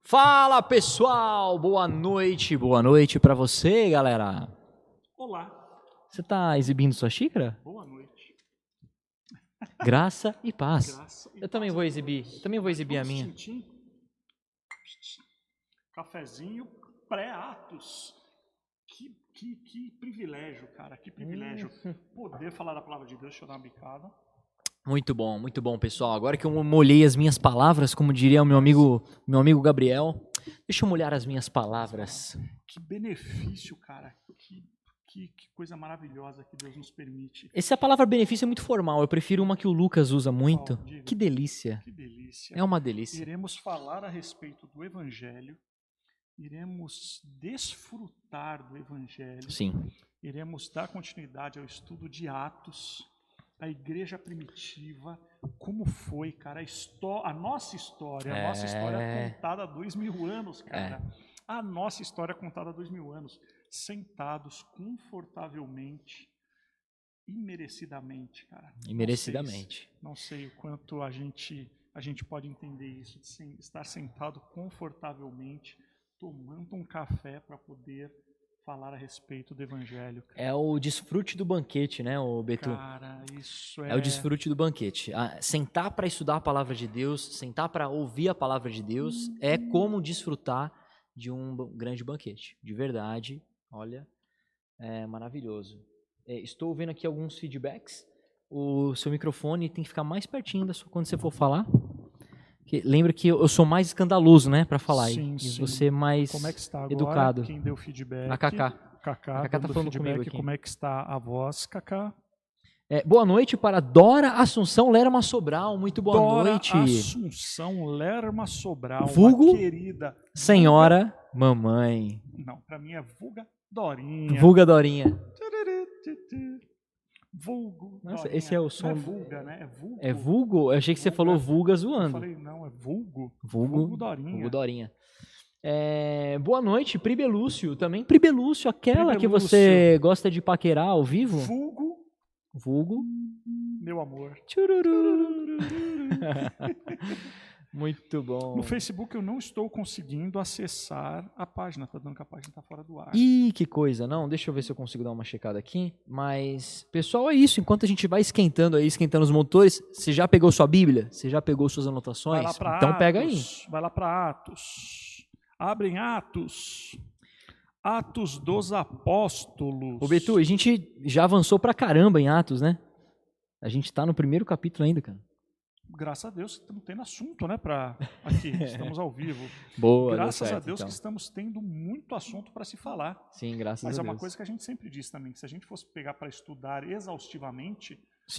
Fala pessoal, boa noite pra você, galera. Olá, Você tá exibindo sua xícara? boa noite. Graça e paz. Graça e Eu também paz vou a exibir, todos. eu também vou exibir a Vamos minha. tintim? Cafezinho pré-atos. Que privilégio, cara, que privilégio. Poder falar da palavra de Deus. Deixa eu dar uma bicada. Muito bom, pessoal. Agora que eu molhei as minhas palavras, como diria o meu amigo Gabriel, deixa eu molhar as minhas palavras. Que benefício, cara. Que coisa maravilhosa que Deus nos permite. Essa palavra benefício é muito formal, eu prefiro uma que o Lucas usa muito. Diga. Que delícia. Que delícia. É uma delícia. Iremos falar a respeito do Evangelho. Iremos desfrutar do Evangelho. Sim. Iremos dar continuidade ao estudo de Atos, a igreja primitiva, como foi, cara, a nossa história contada há 2000 anos, cara. A nossa história contada há 2000 anos, sentados confortavelmente, imerecidamente, cara. Imerecidamente. Não sei o quanto a gente pode entender isso, de estar sentado confortavelmente, tomando um café para poder falar a respeito do Evangelho. Cara. É o desfrute do banquete, né, o Beto? Cara, isso É o desfrute do banquete. Sentar para estudar a palavra de Deus, sentar para ouvir a palavra de Deus, é como desfrutar de um grande banquete. De verdade, olha, é maravilhoso. Estou vendo aqui alguns feedbacks. O seu microfone tem que ficar mais pertinho quando você for falar. Lembra que eu sou mais escandaloso, né, para falar. Sim, e você mais como é que está agora? Educado. Quem deu feedback? A Cacá. Cacá tá falando comigo aqui. Como é que está a voz, Cacá? Boa noite para Dora Assunção Lerma Sobral. Muito boa noite. Dora Assunção Lerma Sobral, vulgo uma querida senhora mamãe. Não, para mim é vulga Dorinha. Vulga Dorinha. Vulgo. Nossa, Dorinha. esse é o som. Não é vulga, né? É vulgo. É vulgo? Eu achei que você falou vulga zoando. Eu falei, não, é vulgo. Vulgo Dorinha. Vulgo Dorinha. Boa noite, Pribelúcio. Também Pribelúcio, aquela que você gosta de paquerar ao vivo. Vulgo. Meu amor. Tchururu. Muito bom. No Facebook eu não estou conseguindo acessar a página. Tá dando que a página está fora do ar. Ih, que coisa. Não, deixa eu ver se eu consigo dar uma checada aqui. Mas, pessoal, é isso. Enquanto a gente vai esquentando os motores, você já pegou sua Bíblia? Você já pegou suas anotações? Vai lá pra então Atos, pega aí. Vai lá para Atos. Abrem Atos. Atos dos Apóstolos. Ô, Betu, a gente já avançou pra caramba em Atos, né? A gente tá no primeiro capítulo ainda, cara. Graças a Deus estamos tendo assunto, né, aqui. Estamos ao vivo. Boa, graças certo, a Deus então. que estamos tendo muito assunto para se falar. Sim, graças a Deus. Mas é uma coisa que a gente sempre diz também, que se a gente fosse pegar para estudar exaustivamente,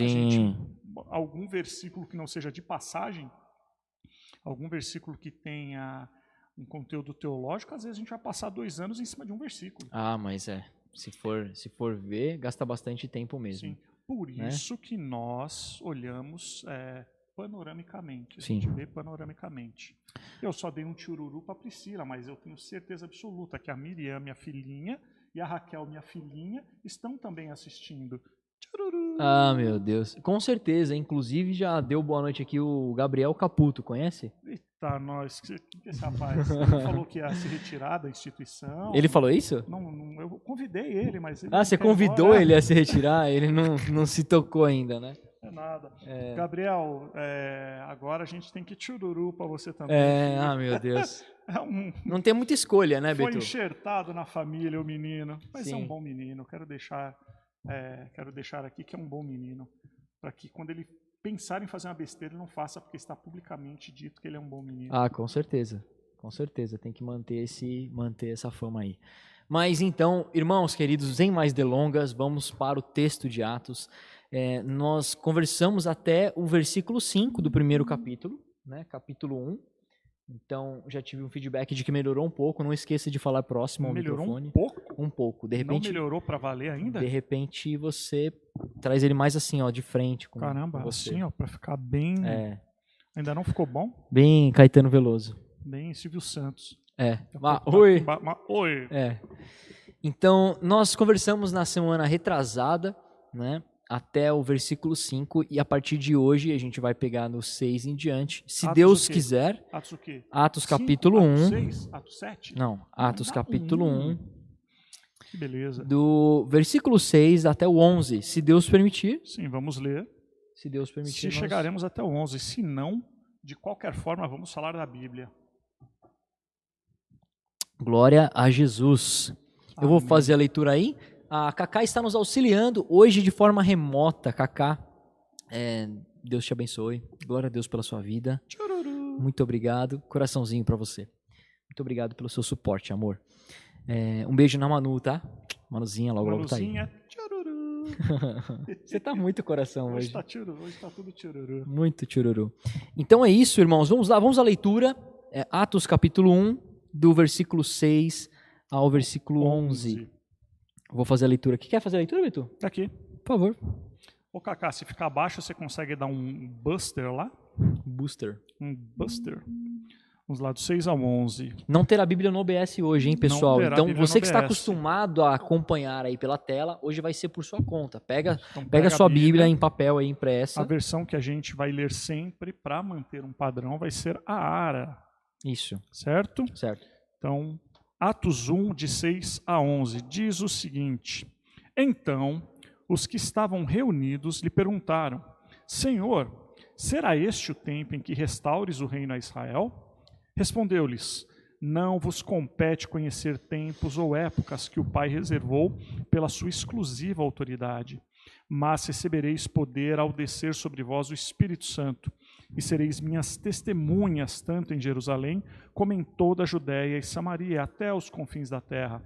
algum versículo que não seja de passagem, algum versículo que tenha um conteúdo teológico, às vezes a gente vai passar 2 anos em cima de um versículo. Ah, mas se for ver, gasta bastante tempo mesmo. Sim. Por isso que nós olhamos panoramicamente. A gente vê panoramicamente. Eu só dei um tchururu para a Priscila, mas eu tenho certeza absoluta que a Miriam, minha filhinha, e a Raquel, minha filhinha, estão também assistindo. Tchururu. Ah, meu Deus. Com certeza. Inclusive, já deu boa noite aqui o Gabriel Caputo, conhece? Eita, nós. O que esse rapaz? Ele falou que ia se retirar da instituição. Ele falou isso? Não, eu convidei ele, mas... Você convidou ele a se retirar? Ele não se tocou ainda, né? É nada. Gabriel, agora a gente tem que tchururu para você também. Meu Deus. Não tem muita escolha, né, Beto? Foi enxertado na família o menino. Mas Sim. É um bom menino. Quero deixar aqui que é um bom menino. Para que quando ele pensar em fazer uma besteira, ele não faça, porque está publicamente dito que ele é um bom menino. Ah, com certeza. Com certeza. Tem que manter essa fama aí. Mas então, irmãos queridos, sem mais delongas, vamos para o texto de Atos. Nós conversamos até o versículo 5 do primeiro capítulo, né? Capítulo 1. Então, já tive um feedback de que melhorou um pouco. Não esqueça de falar próximo ao microfone. Melhorou um pouco? Um pouco. De repente, não melhorou para valer ainda? De repente, você traz ele mais assim, ó, de frente. Caramba, com você. assim, ó, para ficar bem... Ainda não ficou bom? Bem Caetano Veloso. Bem Silvio Santos. Oi. Oi. Então, nós conversamos na semana retrasada, né? até o versículo 5, e a partir de hoje a gente vai pegar no 6 em diante. Se Atos Deus o quê? quiser, Atos o quê? Atos 5, capítulo Atos 1. 6, Atos 7? Não, Atos Ainda capítulo 1, Que beleza. do versículo 6 até o 11, se Deus permitir. Sim, vamos ler. Se Deus permitir, Se chegaremos até o 11. Se não, de qualquer forma, vamos falar da Bíblia. Glória a Jesus. Eu vou Amém. fazer a leitura aí. A Cacá está nos auxiliando hoje de forma remota. Cacá, Deus te abençoe. Glória a Deus pela sua vida. Tchururu. Muito obrigado. Coraçãozinho para você. Muito obrigado pelo seu suporte, amor. Um beijo na Manu, tá? Manuzinha, logo tá aí. Manuzinha, tchururu. Você tá muito coração hoje. Hoje tá tchururu, hoje tá tudo tchururu. Muito tchururu. Então é isso, irmãos. Vamos lá, vamos à leitura. Atos capítulo 1, do versículo 6 ao versículo 11. Vou fazer a leitura aqui. Quer fazer a leitura, Vitor? Tá aqui. Por favor. Ô, Cacá, se ficar abaixo, você consegue dar um buster lá? Booster. Um buster. Vamos lá, do 6 ao 11. Não terá Bíblia no OBS hoje, hein, pessoal? terá Então, Bíblia você no que está OBS. acostumado a acompanhar aí pela tela, hoje vai ser por sua conta. Pega Então, a sua Bíblia em papel aí impressa. A versão que a gente vai ler sempre para manter um padrão vai ser a ARA. Isso. Certo? Certo. Então, Atos 1, de 6 a 11, diz o seguinte: Então, os que estavam reunidos lhe perguntaram: Senhor, será este o tempo em que restaures o reino a Israel? Respondeu-lhes: Não vos compete conhecer tempos ou épocas que o Pai reservou pela sua exclusiva autoridade, mas recebereis poder ao descer sobre vós o Espírito Santo, e sereis minhas testemunhas tanto em Jerusalém como em toda a Judéia e Samaria, até os confins da terra.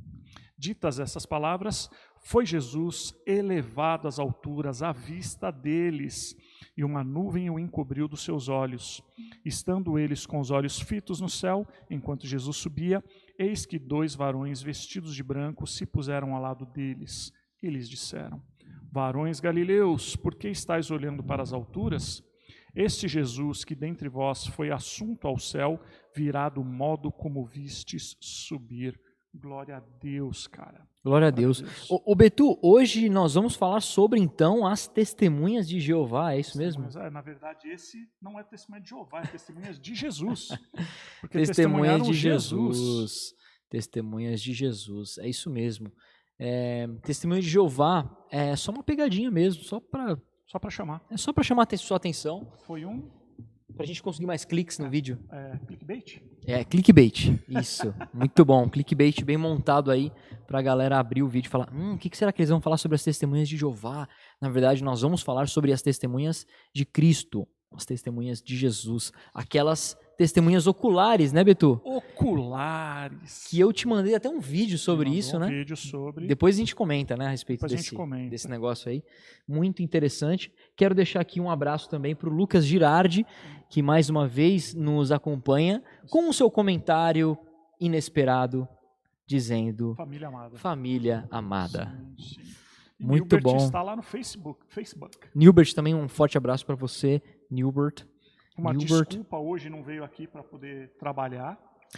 Ditas essas palavras, foi Jesus elevado às alturas à vista deles, e uma nuvem o encobriu dos seus olhos. Estando eles com os olhos fitos no céu, enquanto Jesus subia, eis que 2 varões vestidos de branco se puseram ao lado deles, e lhes disseram: Varões galileus, por que estáis olhando para as alturas? Este Jesus que dentre vós foi assunto ao céu, virá do modo como vistes subir. Glória a Deus, cara. Glória a Deus. Ô Betu, hoje nós vamos falar sobre, então, as testemunhas de Jeová, é isso mesmo? Na verdade, esse não é testemunha de Jeová, é testemunhas de Jesus. Porque Testemunhas de Jesus. Testemunhas de Jesus, é isso mesmo. Testemunha de Jeová é só uma pegadinha mesmo, só para chamar. É só para chamar a sua atenção. Foi pra gente conseguir mais cliques no vídeo. Clickbait? Clickbait. Isso. Muito bom. Clickbait bem montado aí pra galera abrir o vídeo e falar: o que será que eles vão falar sobre as testemunhas de Jeová? Na verdade, nós vamos falar sobre as testemunhas de Cristo, as testemunhas de Jesus, aquelas testemunhas oculares, né, Betu? Oculares. Que eu te mandei até um vídeo sobre isso, né? Um vídeo sobre. Depois a gente comenta, né, a respeito desse negócio aí. Muito interessante. Quero deixar aqui um abraço também para o Lucas Girardi, que mais uma vez nos acompanha com o seu comentário inesperado, dizendo: Família amada. Sim. Muito Nilbert bom. Está lá no Facebook. Nilbert, também um forte abraço para você, Nilbert. Desculpa, hoje não veio aqui para poder trabalhar.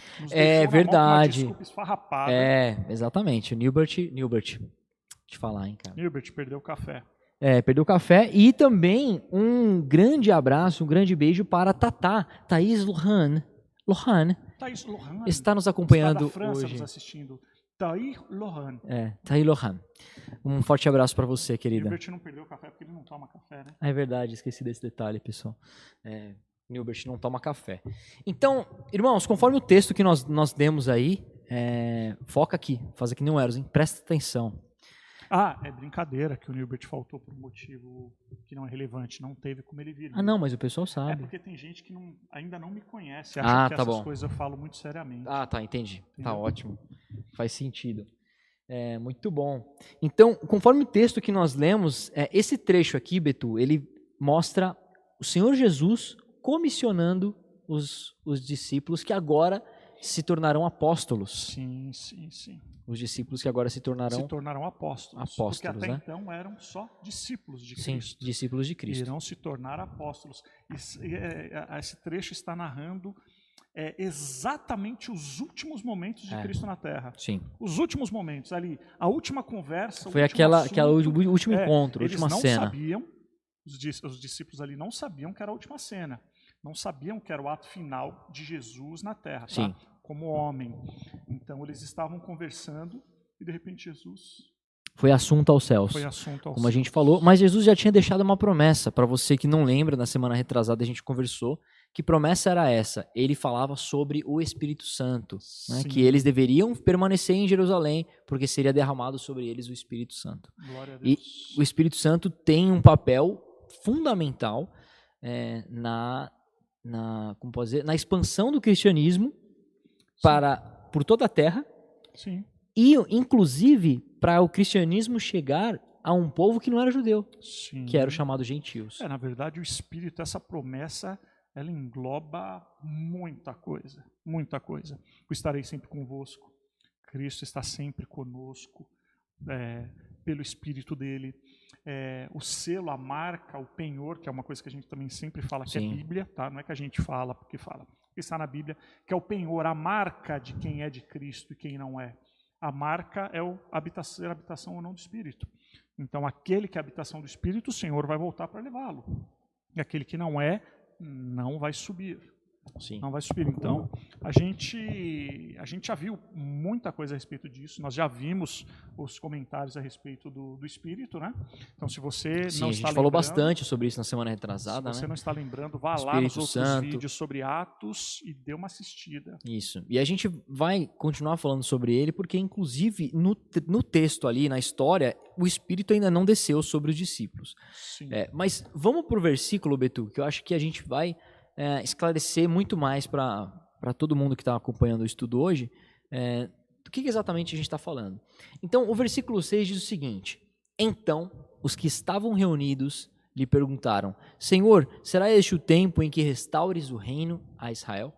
É verdade. Uma desculpa esfarrapada. Exatamente. Nilbert, te falar, hein, cara. Nilbert perdeu o café. Perdeu o café. E também um grande abraço, um grande beijo para Tatá, Thaís Lohan. Thaís Lohan. Está nos acompanhando está da França, hoje. Nos assistindo. Thaís Lohan. Thaís Lohan. Um forte abraço para você, querida. Nilbert não perdeu o café porque ele não toma café, né? É verdade, esqueci desse detalhe, pessoal. Nilbert não toma café. Então, irmãos, conforme o texto que nós demos aí, foca aqui, faz aqui no Eros, hein? Presta atenção. É brincadeira que o Nilbert faltou por um motivo que não é relevante, não teve como ele vir. Não, mas o pessoal sabe. É porque tem gente que ainda não me conhece, acha que essas coisas eu falo muito seriamente. Tá, entendi. Entendeu? Tá ótimo. Faz sentido. Muito bom. Então, conforme o texto que nós lemos, esse trecho aqui, Betu, ele mostra o Senhor Jesus comissionando os discípulos que agora se tornarão apóstolos. Sim. Os discípulos que agora se tornarão apóstolos. Porque até então eram só discípulos de Cristo. Discípulos de Cristo. Irão se tornar apóstolos. Esse trecho está narrando é exatamente os últimos momentos de Cristo na Terra. Sim. Os últimos momentos ali, a última conversa, Foi o último encontro, a última cena. Sabiam, os discípulos ali não sabiam que era a última cena. Não sabiam que era o ato final de Jesus na Terra, tá? Sim. Como homem. Então eles estavam conversando e de repente Jesus foi assunto aos céus. Foi assunto aos como a céus. gente falou, mas Jesus já tinha deixado uma promessa. Para você que não lembra, na semana retrasada a gente conversou. Que promessa era essa? Ele falava sobre o Espírito Santo, né? Que eles deveriam permanecer em Jerusalém, porque seria derramado sobre eles o Espírito Santo. Glória a Deus. E o Espírito Santo tem um papel fundamental como pode dizer, na expansão do cristianismo por toda a terra. Sim. E, inclusive, para o cristianismo chegar a um povo que não era judeu, Sim. que era o chamado gentios. Na verdade, o Espírito, essa promessa, ela engloba muita coisa, muita coisa. Eu estarei sempre convosco, Cristo está sempre conosco, pelo Espírito dele. O selo, a marca, o penhor, que é uma coisa que a gente também sempre fala, que Sim. é Bíblia, tá? Não é que a gente fala porque fala, está na Bíblia, que é o penhor, a marca de quem é de Cristo e quem não é. A marca é a habitação ou não do Espírito. Então, aquele que é a habitação do Espírito, o Senhor vai voltar para levá-lo. E aquele que não é, não vai subir. Sim. Não vai subir. Então, a gente já viu muita coisa a respeito disso. Nós já vimos os comentários a respeito do Espírito, né? Então, se você Sim, não a está gente falou lembrando, bastante sobre isso na semana retrasada, se você né? não está lembrando, vá lá nos Espírito outros Santo. vídeos sobre Atos e dê uma assistida. Isso. E a gente vai continuar falando sobre ele, porque, inclusive, no texto ali, na história, o Espírito ainda não desceu sobre os discípulos. Sim. Mas vamos para o versículo, Betu, que eu acho que a gente vai esclarecer muito mais para todo mundo que está acompanhando o estudo hoje, do que exatamente a gente está falando. Então, o versículo 6 diz o seguinte: Então, os que estavam reunidos lhe perguntaram: Senhor, será este o tempo em que restaures o reino a Israel?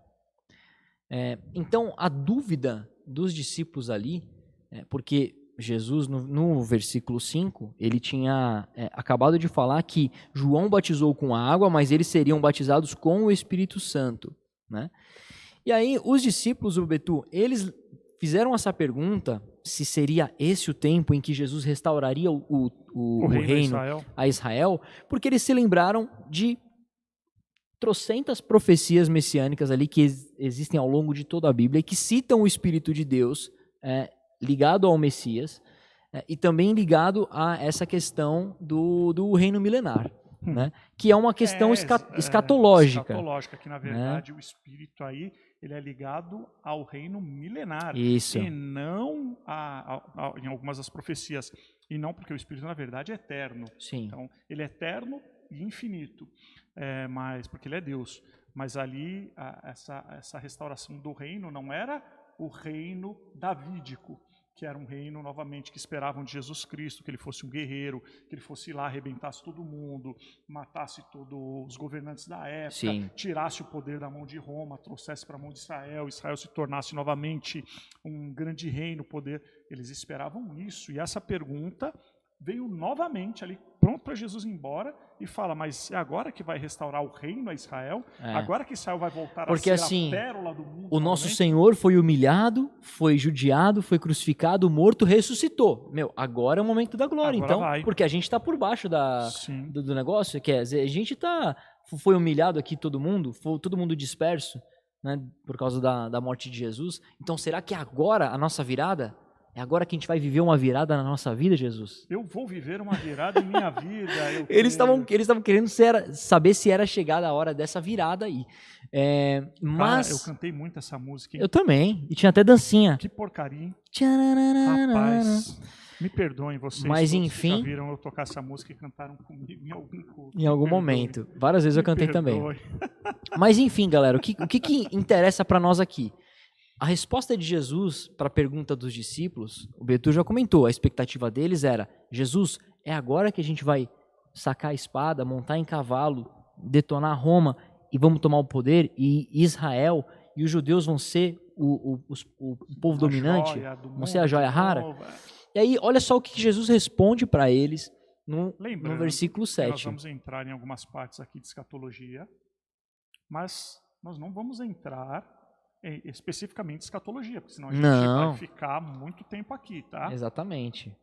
Então, a dúvida dos discípulos ali, porque Jesus, no versículo 5, ele tinha acabado de falar que João batizou com água, mas eles seriam batizados com o Espírito Santo, né? E aí, os discípulos, Betu, eles fizeram essa pergunta, se seria esse o tempo em que Jesus restauraria o reino a Israel, porque eles se lembraram de trocentas profecias messiânicas ali que existem ao longo de toda a Bíblia e que citam o Espírito de Deus ligado ao Messias e também ligado a essa questão do reino milenar, né? Que é uma questão escatológica. Escatológica, que na verdade o Espírito aí ele é ligado ao reino milenar. Isso. E não em algumas das profecias. E não porque o Espírito na verdade é eterno. Sim. Então ele é eterno e infinito, mas porque ele é Deus. Mas ali essa restauração do reino não era o reino davídico, que era um reino, novamente, que esperavam de Jesus Cristo, que ele fosse um guerreiro, que ele fosse lá, arrebentasse todo mundo, matasse todos os governantes da época, Sim. tirasse o poder da mão de Roma, trouxesse para a mão de Israel, Israel se tornasse novamente um grande reino, poder. Eles esperavam isso, e essa pergunta veio novamente ali, pronto para Jesus ir embora, e fala, mas é agora que vai restaurar o reino a Israel? Agora que Israel vai voltar porque, a ser assim, a pérola do mundo? O nosso Senhor foi humilhado, foi judiado, foi morto, ressuscitou. Agora é o momento da glória, agora então, vai. Porque a gente está por baixo do negócio, quer dizer, a gente foi humilhado aqui todo mundo disperso, né, por causa da morte de Jesus. Então, será que agora a nossa virada? É agora que a gente vai viver uma virada na nossa vida, Jesus? Eu vou viver uma virada em minha vida. Eles estavam querendo saber se era chegada a hora dessa virada aí. Mas cara, eu cantei muito essa música. Eu também. E tinha até dancinha. Que porcaria, hein? Rapaz, me perdoem vocês. Mas enfim, que já viram eu tocar essa música e cantaram comigo em algum culto. Em algum momento. Várias vezes eu cantei também. Perdoe. Mas enfim, galera, o que interessa para nós aqui? A resposta de Jesus para a pergunta dos discípulos, o Betu já comentou, a expectativa deles era: Jesus, é agora que a gente vai sacar a espada, montar em cavalo, detonar Roma e vamos tomar o poder, e Israel e os judeus vão ser o povo dominante, vão ser a joia rara? E aí, olha só o que Jesus responde para eles no versículo 7. Nós vamos entrar em algumas partes aqui de escatologia, mas nós não vamos entrar especificamente em escatologia, porque senão a gente Não. vai ficar muito tempo aqui, tá? Exatamente.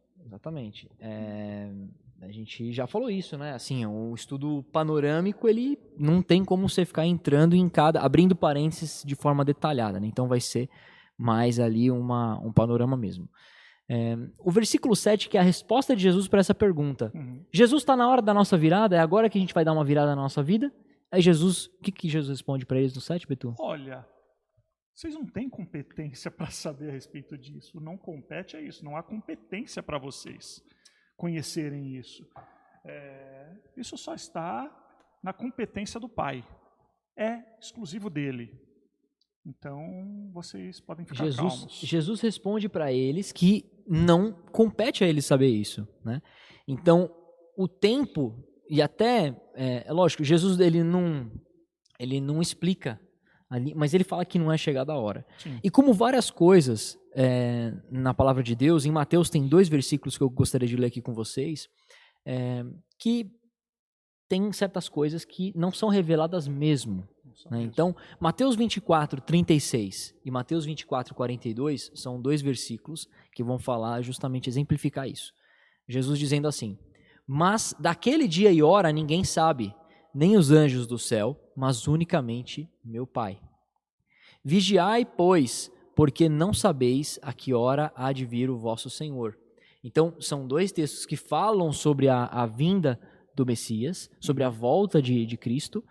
A gente já falou isso, né? Assim, o estudo panorâmico, ele não tem como você ficar entrando em abrindo parênteses de forma detalhada, né? Então vai ser mais ali um panorama mesmo. O versículo 7, que é a resposta de Jesus para essa pergunta. Jesus está na hora da nossa virada? É agora que a gente vai dar uma virada na nossa vida? Aí Jesus, o que Jesus responde para eles no 7, Betu? Olha, vocês não têm competência para saber a respeito disso. Não compete a isso. Não há competência para vocês conhecerem isso. Isso só está na competência do Pai. É exclusivo dele. Então, vocês podem ficar calmos. Jesus responde para eles que não compete a eles saber isso, né? Então, o tempo, e até, lógico, Jesus ele não explica ali, mas ele fala que não é chegada a hora. Sim. E como várias coisas na palavra de Deus, em Mateus tem 2 versículos que eu gostaria de ler aqui com vocês, que tem certas coisas que não são reveladas mesmo. Né? Então, Mateus 24, 36 e Mateus 24, 42 são 2 versículos que vão falar, justamente exemplificar isso. Jesus dizendo assim: mas daquele dia e hora ninguém sabe, nem os anjos do céu, mas unicamente meu Pai. Vigiai, pois, porque não sabeis a que hora há de vir o vosso Senhor. Então, são 2 textos que falam sobre a vinda do Messias, sobre a volta de Cristo.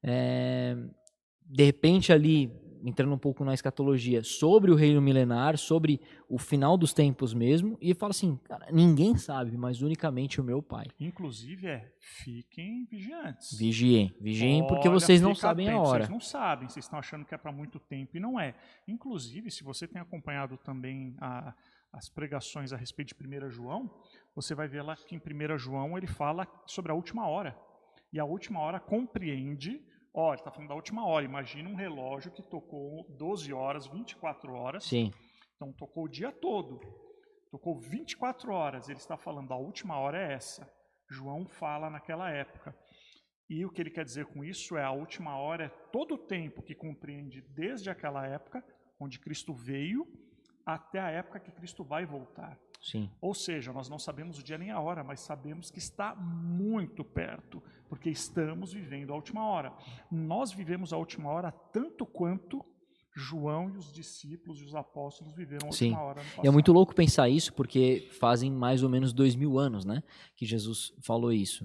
De repente ali, entrando um pouco na escatologia, sobre o reino milenar, sobre o final dos tempos mesmo, e fala assim, cara, ninguém sabe, mas unicamente o meu Pai. Inclusive fiquem vigiantes. Vigiem, porque vocês não sabem a hora. Vocês não sabem, vocês estão achando que é para muito tempo, e não é. Inclusive, se você tem acompanhado também as pregações a respeito de 1 João, você vai ver lá que em 1 João ele fala sobre a última hora. E a última hora compreende, ele está falando da última hora, imagina um relógio que tocou 12 horas, 24 horas. Sim. Então tocou o dia todo, tocou 24 horas, ele está falando a última hora é essa. João fala naquela época. E o que ele quer dizer com isso a última hora é todo o tempo que compreende desde aquela época, onde Cristo veio, até a época que Cristo vai voltar. Sim. Ou seja, nós não sabemos o dia nem a hora, mas sabemos que está muito perto, porque estamos vivendo a última hora. Nós vivemos a última hora tanto quanto João e os discípulos e os apóstolos viveram a última hora no passado. E é muito louco pensar isso, porque fazem mais ou menos 2000 anos, né, que Jesus falou isso.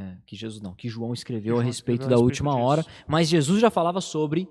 Que João escreveu a respeito da última hora, mas Jesus já falava sobre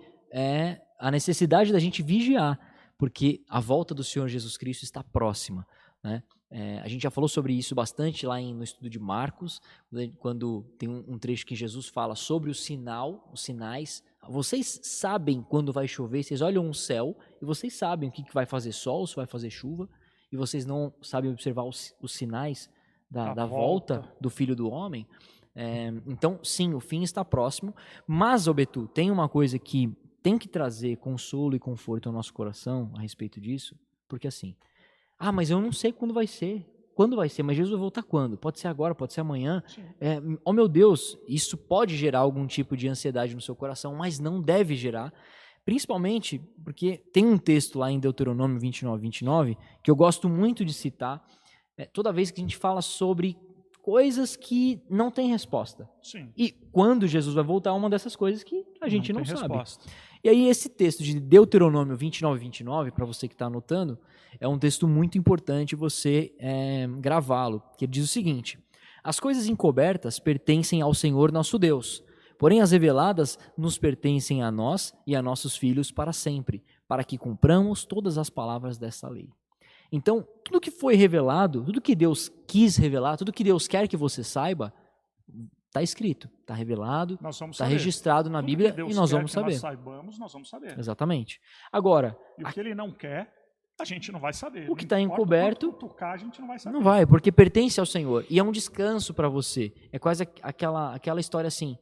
a necessidade da gente vigiar, porque a volta do Senhor Jesus Cristo está próxima, né? A gente já falou sobre isso bastante lá no estudo de Marcos, quando tem um trecho que Jesus fala sobre os sinais. Vocês sabem quando vai chover, vocês olham o céu e vocês sabem o que vai fazer sol, se vai fazer chuva, e vocês não sabem observar os sinais da volta do Filho do Homem. Então, sim, o fim está próximo, mas, Betu, tem uma coisa que tem que trazer consolo e conforto ao nosso coração a respeito disso, porque assim, mas eu não sei quando vai ser, mas Jesus vai voltar quando? Pode ser agora, pode ser amanhã. Oh meu Deus, isso pode gerar algum tipo de ansiedade no seu coração, mas não deve gerar, principalmente porque tem um texto lá em Deuteronômio 29, que eu gosto muito de citar, toda vez que a gente fala sobre coisas que não tem resposta. Sim. E quando Jesus vai voltar, uma dessas coisas que a gente não sabe. Resposta. E aí esse texto de Deuteronômio 29, para você que está anotando, é um texto muito importante você gravá-lo, que ele diz o seguinte: as coisas encobertas pertencem ao Senhor nosso Deus, porém as reveladas nos pertencem a nós e a nossos filhos para sempre, para que cumpramos todas as palavras dessa lei. Então, tudo que foi revelado, tudo que Deus quis revelar, tudo que Deus quer que você saiba, está escrito, está revelado, está registrado na Bíblia e nós vamos saber. Nós saibamos, nós vamos saber. Exatamente. Agora, e o que ele não quer, a gente não vai saber. O que está encoberto, a gente não vai saber. Não vai, porque pertence ao Senhor. E é um descanso para você. É quase aquela história assim,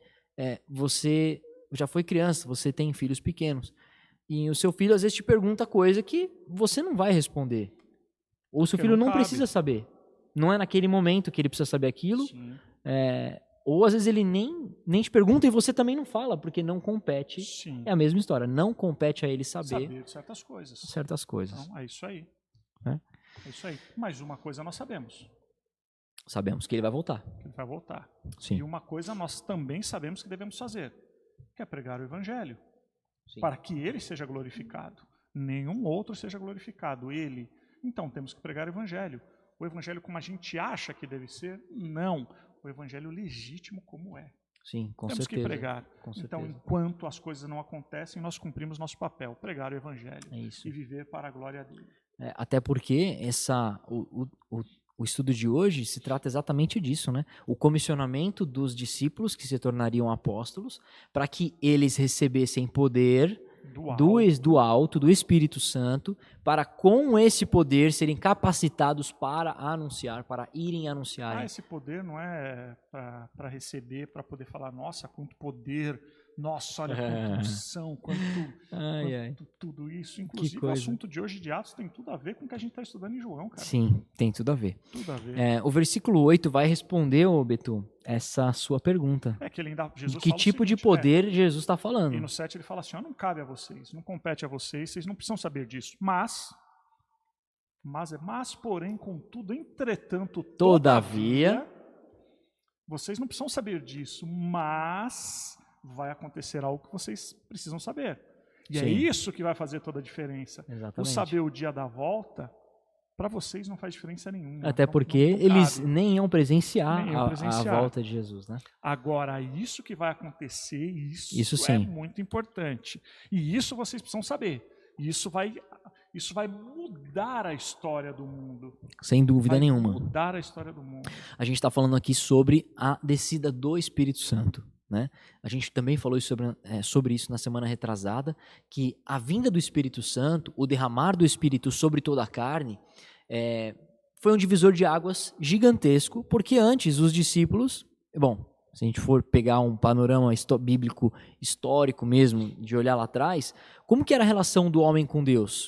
você já foi criança, você tem filhos pequenos, e o seu filho às vezes te pergunta coisa que você não vai responder. Ou o seu filho não precisa saber. Não é naquele momento que ele precisa saber aquilo. Ou às vezes ele nem te pergunta e você também não fala, porque não compete. Sim. É a mesma história. Não compete a ele saber De certas coisas. Certas coisas. Então, é isso aí. É isso aí. Mas uma coisa nós sabemos. Sabemos que ele vai voltar. Que ele vai voltar. Sim. E uma coisa nós também sabemos que devemos fazer, que é pregar o evangelho. Sim. Para que ele seja glorificado. Nenhum outro seja glorificado. Ele. Então, temos que pregar o evangelho. O evangelho como a gente acha que deve ser? Não. O evangelho legítimo como é. Sim, com Temos certeza. que pregar. Com então, certeza. enquanto as coisas não acontecem, nós cumprimos nosso papel, pregar o evangelho. É isso. E viver para a glória dele. Até porque o estudo de hoje se trata exatamente disso, né? O comissionamento dos discípulos que se tornariam apóstolos, para que eles recebessem poder do alto, do Espírito Santo, para com esse poder serem capacitados para anunciar, para irem anunciar. Esse poder não é para receber, para poder falar, nossa, quanto poder, nossa, olha quanto unção, quanto tudo isso. Inclusive, o assunto de hoje de Atos tem tudo a ver com o que a gente está estudando em João, cara. Sim, tem tudo a ver. Tudo a ver. O versículo 8 vai responder, Beto, essa sua pergunta. Que ele ainda, Jesus que fala tipo o seguinte, de poder Jesus está falando? E no 7 ele fala assim, não cabe a vocês, não compete a vocês, vocês não precisam saber disso. Mas porém, contudo, entretanto, todavia, vocês não precisam saber disso, mas vai acontecer algo que vocês precisam saber. E Sim. é isso que vai fazer toda a diferença. Exatamente. O saber o dia da volta, para vocês não faz diferença nenhuma. Até porque eles nem iam presenciar a volta de Jesus, né? Agora, isso que vai acontecer, isso sim. É muito importante. E isso vocês precisam saber. Isso vai mudar a história do mundo. Sem dúvida nenhuma. Vai mudar a história do mundo. A gente está falando aqui sobre a descida do Espírito Santo. Né? A gente também falou sobre isso na semana retrasada, que a vinda do Espírito Santo, o derramar do Espírito sobre toda a carne, foi um divisor de águas gigantesco, porque antes os discípulos, se a gente for pegar um panorama bíblico histórico mesmo, de olhar lá atrás, como que era a relação do homem com Deus?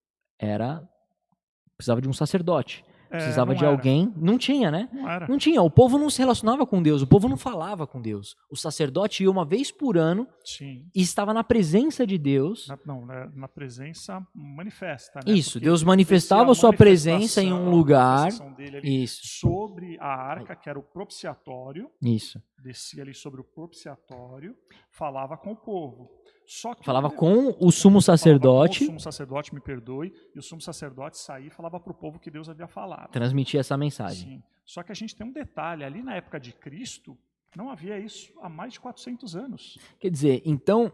Precisava de um sacerdote. Precisava de alguém. Não tinha, né? Não tinha. O povo não se relacionava com Deus. O povo não falava com Deus. O sacerdote ia uma vez por ano. Sim. E estava na presença de Deus. Na presença manifesta. Né? Isso. Porque Deus manifestava a sua presença em um lugar. Isso. Sobre a arca, que era o propiciatório. Isso. Descia ali sobre o propiciatório. Falava com o povo. Falava com o sumo sacerdote. O sumo sacerdote, me perdoe, e o sumo sacerdote saía e falava para o povo que Deus havia falado. Transmitia essa mensagem. Sim. Só que a gente tem um detalhe, ali na época de Cristo, não havia isso há mais de 400 anos. Quer dizer, então,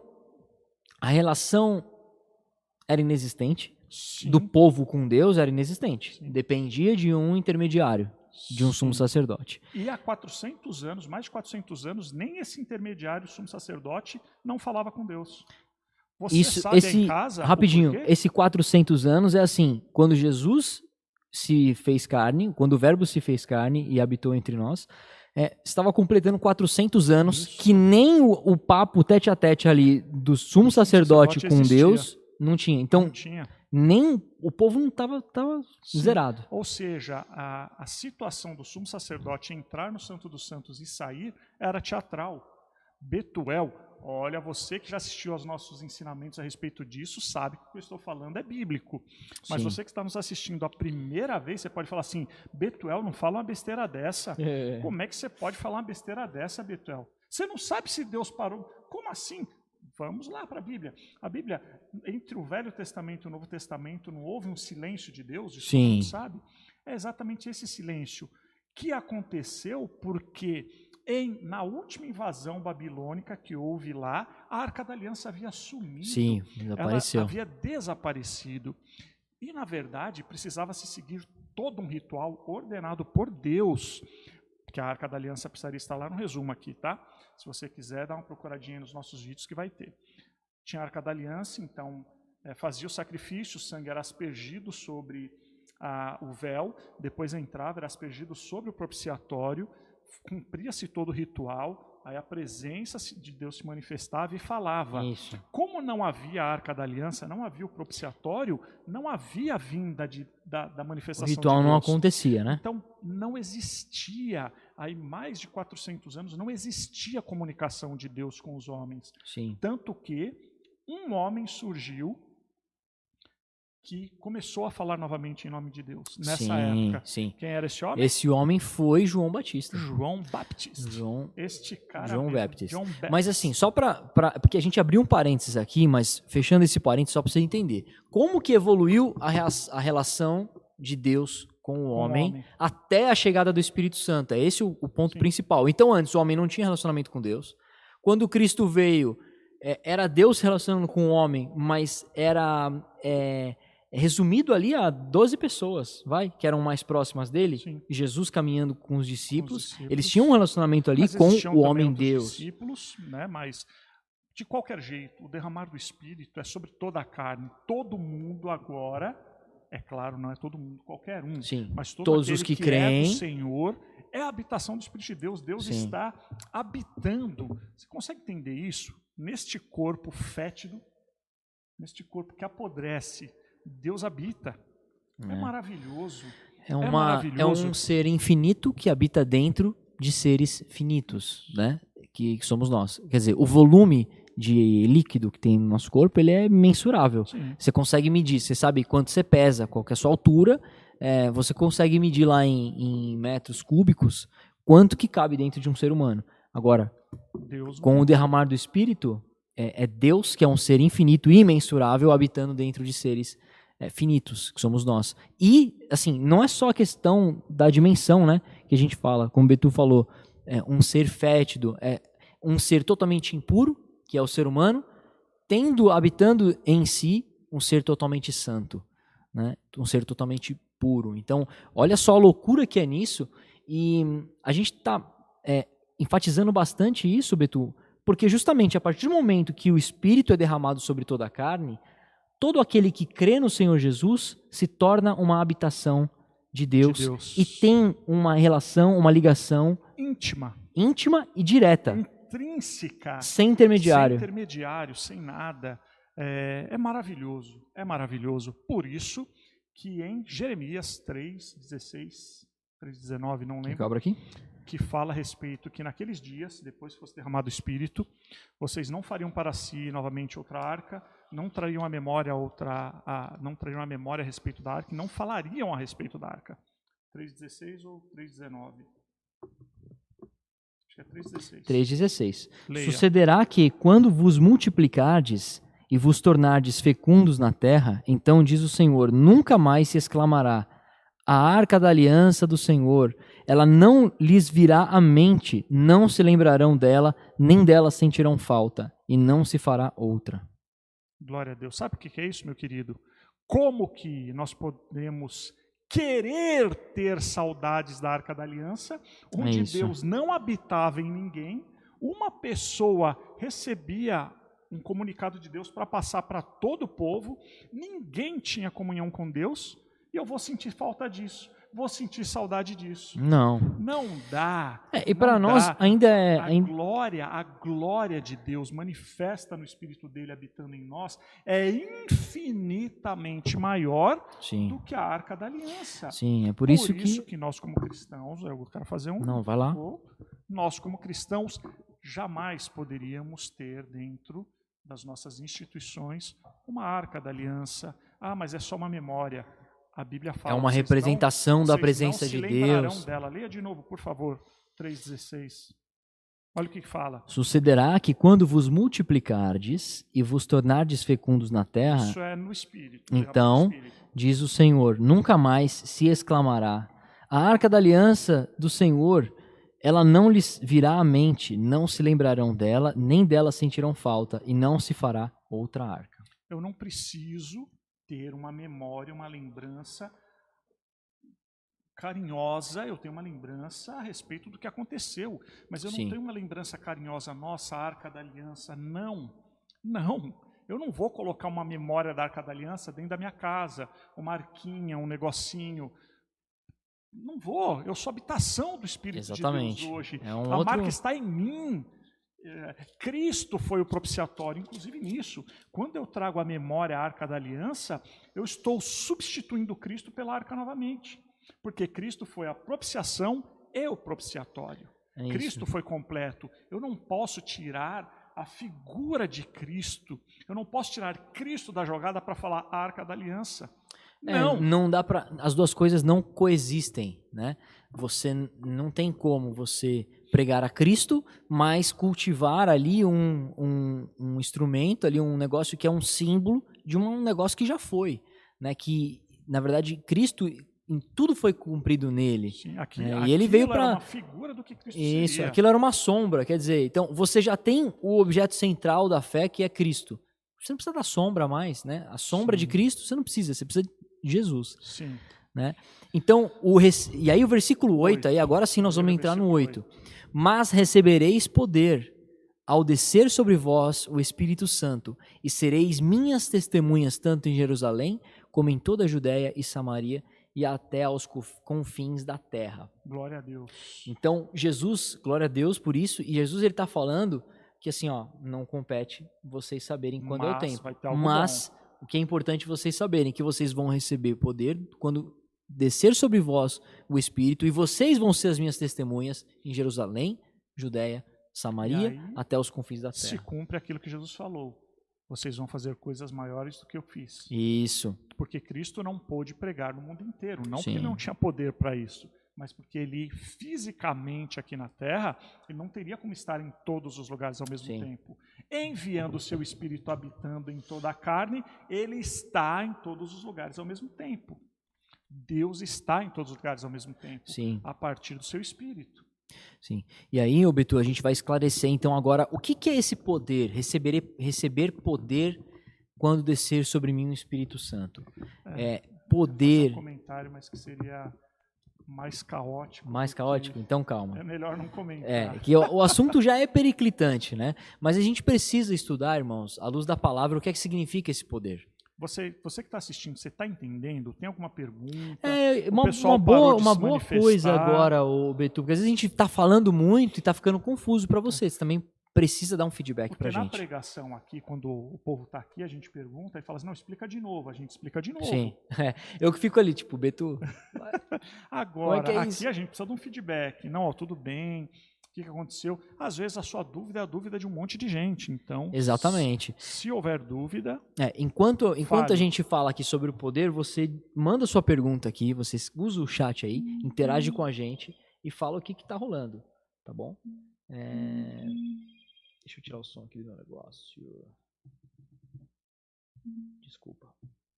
a relação era inexistente, do povo com Deus era inexistente. Sim. Dependia de um intermediário. De um sumo sacerdote. E há 400 anos, mais de 400 anos, nem esse intermediário sumo sacerdote não falava com Deus. Você sabe em casa rapidinho, esse 400 anos é assim, quando Jesus se fez carne, quando o verbo se fez carne e habitou entre nós, estava completando 400 anos, que nem o papo tete a tete ali do sumo sacerdote com Deus não tinha. Então, não tinha. Nem o povo não estava zerado. Ou seja, a situação do sumo sacerdote entrar no Santo dos Santos e sair era teatral. Betuel, olha, você que já assistiu aos nossos ensinamentos a respeito disso, sabe que o que eu estou falando é bíblico. Mas você que está nos assistindo a primeira vez, você pode falar assim, Betuel, não fala uma besteira dessa. Como é que você pode falar uma besteira dessa, Betuel? Você não sabe se Deus parou. Como assim? Vamos lá para a Bíblia. A Bíblia, entre o Velho Testamento e o Novo Testamento, não houve um silêncio de Deus? Isso Sim. Não sabe? É exatamente esse silêncio que aconteceu porque na última invasão babilônica que houve lá, a Arca da Aliança havia sumido. Sim, desapareceu. Ela havia desaparecido. E, na verdade, precisava se seguir todo um ritual ordenado por Deus, que a Arca da Aliança precisaria estar lá no resumo aqui, tá? Se você quiser, dá uma procuradinha nos nossos vídeos que vai ter. Tinha a Arca da Aliança, então fazia o sacrifício, o sangue era aspergido sobre o véu, depois entrava, era aspergido sobre o propiciatório, cumpria-se todo o ritual, aí a presença de Deus se manifestava e falava. Isso. Como não havia a Arca da Aliança, não havia o propiciatório, não havia a vinda da manifestação de Deus. O ritual não acontecia, né? Então, não existia aí mais de 400 anos, não existia comunicação de Deus com os homens. Sim. Tanto que um homem surgiu que começou a falar novamente em nome de Deus, nessa época. Sim. Quem era esse homem? Esse homem foi João Batista. João Batista. Este cara João mesmo, Baptist. John Baptist. Mas assim, só porque a gente abriu um parênteses aqui, mas fechando esse parênteses só para você entender. Como que evoluiu a relação de Deus com o homem até a chegada do Espírito Santo? É esse o ponto principal. Então antes o homem não tinha relacionamento com Deus. Quando Cristo veio, era Deus se relacionando com o homem, mas era resumido ali a 12 pessoas, que eram mais próximas dele. Sim. Jesus caminhando com os discípulos. Eles tinham um relacionamento ali com o homem Deus. Discípulos, né? Mas de qualquer jeito, o derramar do Espírito é sobre toda a carne. Todo mundo agora, é claro, não é todo mundo, qualquer um, Sim. mas todos os que creem, é do Senhor, é a habitação do Espírito de Deus. Deus está habitando. Você consegue entender isso? Neste corpo fétido, neste corpo que apodrece, Deus habita. É maravilhoso. É um ser infinito que habita dentro de seres finitos, né? Que somos nós. Quer dizer, o volume de líquido que tem no nosso corpo, ele é mensurável. Sim. Você consegue medir, você sabe quanto você pesa, qual que é a sua altura, você consegue medir lá em metros cúbicos quanto que cabe dentro de um ser humano. Agora, com o derramar do Espírito, é Deus, que é um ser infinito e imensurável, habitando dentro de seres finitos, que somos nós. E, assim, não é só a questão da dimensão, né, que a gente fala, como o Betu falou, um ser fétido, um ser totalmente impuro, que é o ser humano, habitando em si um ser totalmente santo, né, um ser totalmente puro. Então, olha só a loucura que é nisso, e a gente está enfatizando bastante isso, Betu, porque justamente a partir do momento que o Espírito é derramado sobre toda a carne, todo aquele que crê no Senhor Jesus se torna uma habitação de Deus. E tem uma relação, uma ligação íntima e direta. Intrínseca. Sem intermediário. Sem intermediário, sem nada. É maravilhoso. É maravilhoso. Por isso que em Jeremias 3:16, 3:19, não lembro. Cabra aqui? Que fala a respeito que naqueles dias, depois que fosse derramado o Espírito, vocês não fariam para si novamente outra arca, não trariam a memória a respeito da arca, e não falariam a respeito da arca. 3:16 ou 3:19? Acho que é 3:16. 3:16. Leia. Sucederá que, quando vos multiplicardes e vos tornardes fecundos na terra, então diz o Senhor, nunca mais se exclamará, a arca da aliança do Senhor, ela não lhes virá à mente, não se lembrarão dela, nem dela sentirão falta, e não se fará outra. Glória a Deus. Sabe o que é isso, meu querido? Como que nós podemos querer ter saudades da Arca da Aliança, onde Deus não habitava em ninguém, uma pessoa recebia um comunicado de Deus para passar para todo o povo, ninguém tinha comunhão com Deus, e eu vou sentir falta disso, vou sentir saudade disso. Não dá. E para nós ainda é... A glória de Deus manifesta no Espírito dele habitando em nós é infinitamente maior do que a Arca da Aliança. Sim, é por isso que nós como cristãos, eu quero fazer um... Não, vai lá. Nós como cristãos jamais poderíamos ter dentro das nossas instituições uma Arca da Aliança. Mas é só uma memória. A Bíblia fala. É uma representação da presença de Deus. Dela. Leia de novo, por favor, 3:16. Olha o que fala. Sucederá que quando vos multiplicardes e vos tornardes fecundos na terra, isso é no Espírito. Então, diz o Senhor, nunca mais se exclamará, a arca da aliança do Senhor, ela não lhes virá à mente, não se lembrarão dela, nem dela sentirão falta, e não se fará outra arca. Eu não preciso ter uma memória, uma lembrança carinhosa, eu tenho uma lembrança a respeito do que aconteceu, mas eu não tenho uma lembrança carinhosa, nossa, a Arca da Aliança, não, eu não vou colocar uma memória da Arca da Aliança dentro da minha casa, uma arquinha, um negocinho, não vou, eu sou habitação do Espírito de Deus hoje, a marca está em mim. Cristo foi o propiciatório, inclusive nisso. Quando eu trago à memória a Arca da Aliança, eu estou substituindo Cristo pela Arca novamente. Porque Cristo foi a propiciação e o propiciatório. Cristo foi completo. Eu não posso tirar a figura de Cristo. Eu não posso tirar Cristo da jogada para falar a Arca da Aliança. Não dá para, as duas coisas não coexistem, né? Você não tem como você pregar a Cristo, mas cultivar ali um instrumento, ali um negócio que é um símbolo de um negócio que já foi, né? Que na verdade Cristo, tudo foi cumprido nele. Sim, e ele veio para uma figura do que Cristo isso, seria. aquilo era uma sombra, quer dizer, então você já tem o objeto central da fé que é Cristo. Você não precisa da sombra mais, né? A sombra de Cristo você não precisa, você precisa de Jesus. Sim. Né? Então, e aí o versículo 8, aí agora sim nós vamos entrar no 8. Mas recebereis poder ao descer sobre vós o Espírito Santo, e sereis minhas testemunhas tanto em Jerusalém, como em toda a Judéia e Samaria, e até aos confins da terra. Glória a Deus. Então, Jesus, glória a Deus por isso, e Jesus ele está falando que assim, ó, não compete vocês saberem quando é o tempo. Mas o que é importante vocês saberem, que vocês vão receber poder quando descer sobre vós o Espírito, e vocês vão ser as minhas testemunhas em Jerusalém, Judéia, Samaria, aí, até os confins da terra. Se cumpre aquilo que Jesus falou. Vocês vão fazer coisas maiores do que eu fiz. Isso. Porque Cristo não pôde pregar no mundo inteiro. Não Sim. porque ele não tinha poder para isso, mas porque ele fisicamente aqui na terra, ele não teria como estar em todos os lugares ao mesmo tempo. Enviando o seu Espírito habitando em toda a carne, ele está em todos os lugares ao mesmo tempo. Deus está em todos os lugares ao mesmo tempo, a partir do seu Espírito. Sim. E aí, Beto, a gente vai esclarecer então agora o que é esse poder, receber poder quando descer sobre mim o Espírito Santo. Poder. Um comentário, mas que seria mais caótico. Mais caótico? Então calma. É melhor não comentar. Que o assunto já é periclitante, né? Mas a gente precisa estudar, irmãos, à luz da palavra, o que é que significa esse poder. Você que está assistindo, você está entendendo? Tem alguma pergunta? Uma boa coisa agora, Beto, porque às vezes a gente está falando muito e está ficando confuso para você. Você também precisa dar um feedback para a gente. Porque na pregação aqui, quando o povo está aqui, a gente pergunta e fala assim, não, explica de novo. A gente explica de novo. Sim, eu que fico ali, tipo, Beto... Agora, aqui isso? A gente precisa de um feedback. Não, tudo bem... O que aconteceu? Às vezes a sua dúvida é a dúvida de um monte de gente. Então, exatamente. Se houver dúvida... Enquanto a gente fala aqui sobre o poder, você manda sua pergunta aqui, você usa o chat aí, interage com a gente e fala o que está rolando, tá bom? Deixa eu tirar o som aqui do meu negócio. Desculpa.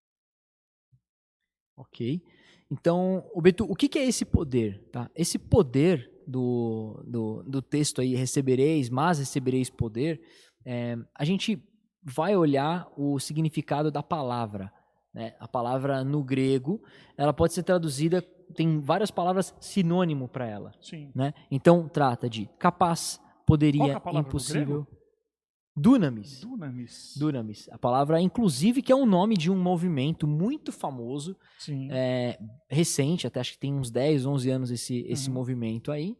Ok. Então, Beto, o que é esse poder? Tá? Esse poder do texto aí, recebereis, mas recebereis poder, a gente vai olhar o significado da palavra. Né? A palavra no grego, ela pode ser traduzida, tem várias palavras sinônimo para ela. Sim. Né? Então, trata de capaz, poderia, impossível. Dunamis. Dunamis. A palavra, inclusive, que é o nome de um movimento muito famoso, recente, até acho que tem uns 10, 11 anos esse movimento aí.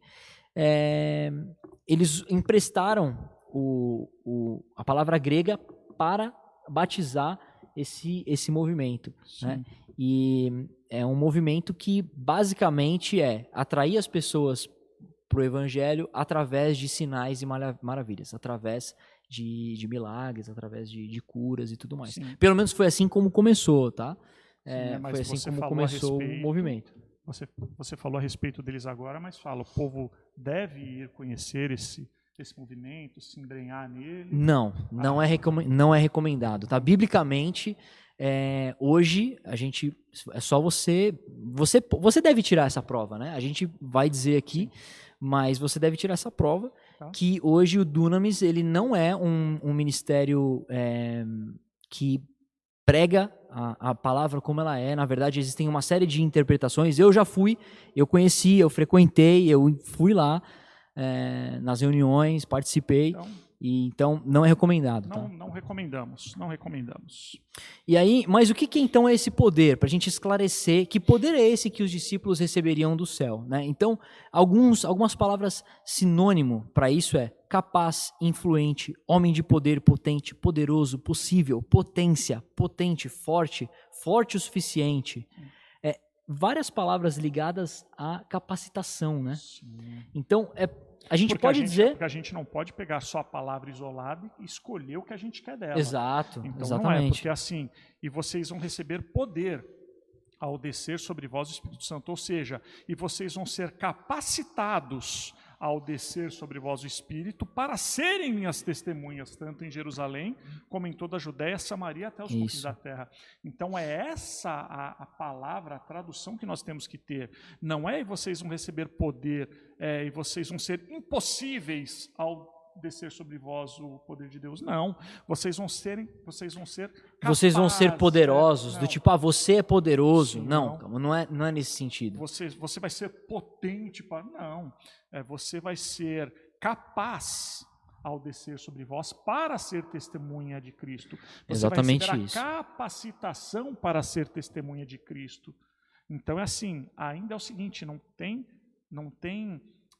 Eles emprestaram a palavra grega para batizar esse movimento. Né? E é um movimento que, basicamente, atrair as pessoas para o evangelho através de sinais e maravilhas, através de milagres, através de curas e tudo mais. Sim. Pelo menos foi assim como começou, tá? Foi assim como começou o movimento. Você falou a respeito deles agora, mas o povo deve ir conhecer esse movimento, se embrenhar nele? Não é recomendado, tá? Biblicamente, hoje, a gente, é só você deve tirar essa prova, né? A gente vai dizer aqui, mas você deve tirar essa prova, que hoje o Dunamis, ele não é um ministério que prega a palavra como ela é. Na verdade, existem uma série de interpretações. Eu já fui, eu conheci, eu frequentei, eu fui lá nas reuniões, participei. Então não é recomendado. Não recomendamos. E aí, mas o que então é esse poder? Para a gente esclarecer, que poder é esse que os discípulos receberiam do céu? Né? Então, algumas palavras sinônimo para isso capaz, influente, homem de poder, potente, poderoso, possível, potência, potente, forte o suficiente. várias palavras ligadas à capacitação, né? Sim. Então, a gente Porque pode dizer... Porque a gente não pode pegar só a palavra isolada e escolher o que a gente quer dela. Exato, então, exatamente. não é, porque assim, e vocês vão receber poder ao descer sobre vós o Espírito Santo, ou seja, e vocês vão ser capacitados ao descer sobre vós o Espírito para serem minhas testemunhas, tanto em Jerusalém, como em toda a Judéia, Samaria, até os confins da terra. Então é essa a palavra, a tradução que nós temos que ter. Não é e vocês vão receber poder, e vocês vão ser impossíveis ao descer sobre vós o poder de Deus. Não, vocês vão ser capazes, vocês vão ser poderosos, do tipo, você é poderoso. Sim, não é nesse sentido. Você vai ser potente para... Não, você vai ser capaz ao descer sobre vós para ser testemunha de Cristo. Você Exatamente vai receber isso. a capacitação para ser testemunha de Cristo. Então é assim, ainda é o seguinte, não tem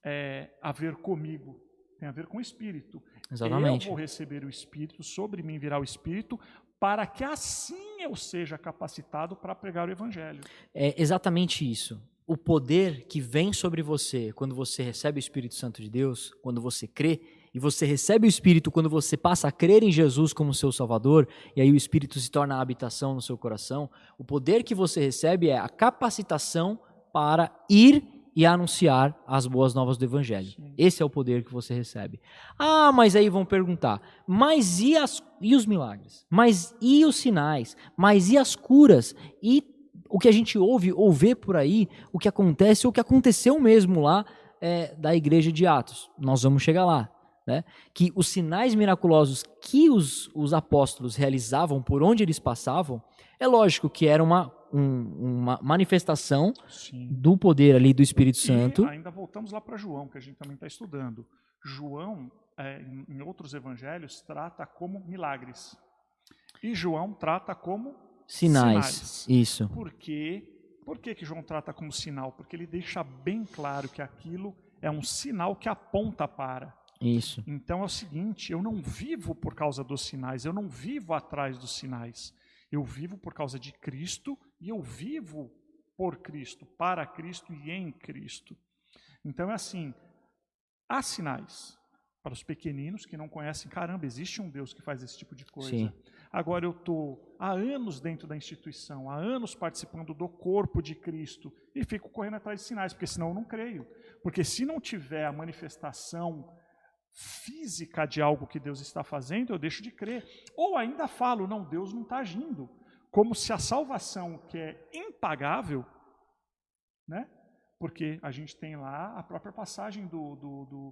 a ver comigo, tem a ver com o Espírito. Exatamente. Eu vou receber o Espírito, sobre mim virá o Espírito, para que assim eu seja capacitado para pregar o Evangelho. É exatamente isso. O poder que vem sobre você quando você recebe o Espírito Santo de Deus, quando você crê, e você recebe o Espírito quando você passa a crer em Jesus como seu Salvador, e aí o Espírito se torna a habitação no seu coração, o poder que você recebe é a capacitação para ir e anunciar as boas novas do Evangelho. Sim. Esse é o poder que você recebe. Ah, mas aí vão perguntar, mas e os milagres? Mas e os sinais? Mas e as curas? E o que a gente ouve ou vê por aí, o que acontece, ou o que aconteceu mesmo lá da igreja de Atos? Nós vamos chegar lá. Né? Que os sinais miraculosos que os apóstolos realizavam por onde eles passavam, é lógico que era uma manifestação Sim. do poder ali do Espírito Santo. E ainda voltamos lá para João, que a gente também está estudando. João, em outros evangelhos, trata como milagres. E João trata como sinais. Isso. Por que João trata como sinal? Porque ele deixa bem claro que aquilo é um sinal que aponta para. Isso. Então é o seguinte, eu não vivo por causa dos sinais, eu não vivo atrás dos sinais. Eu vivo por causa de Cristo e eu vivo por Cristo, para Cristo e em Cristo. Então é assim, há sinais para os pequeninos que não conhecem, caramba, existe um Deus que faz esse tipo de coisa. Sim. Agora eu estou há anos dentro da instituição, há anos participando do corpo de Cristo e fico correndo atrás de sinais, porque senão eu não creio. Porque se não tiver a manifestação física de algo que Deus está fazendo, eu deixo de crer. Ou ainda falo, não, Deus não está agindo. Como se a salvação, que é impagável, né? Porque a gente tem lá a própria passagem do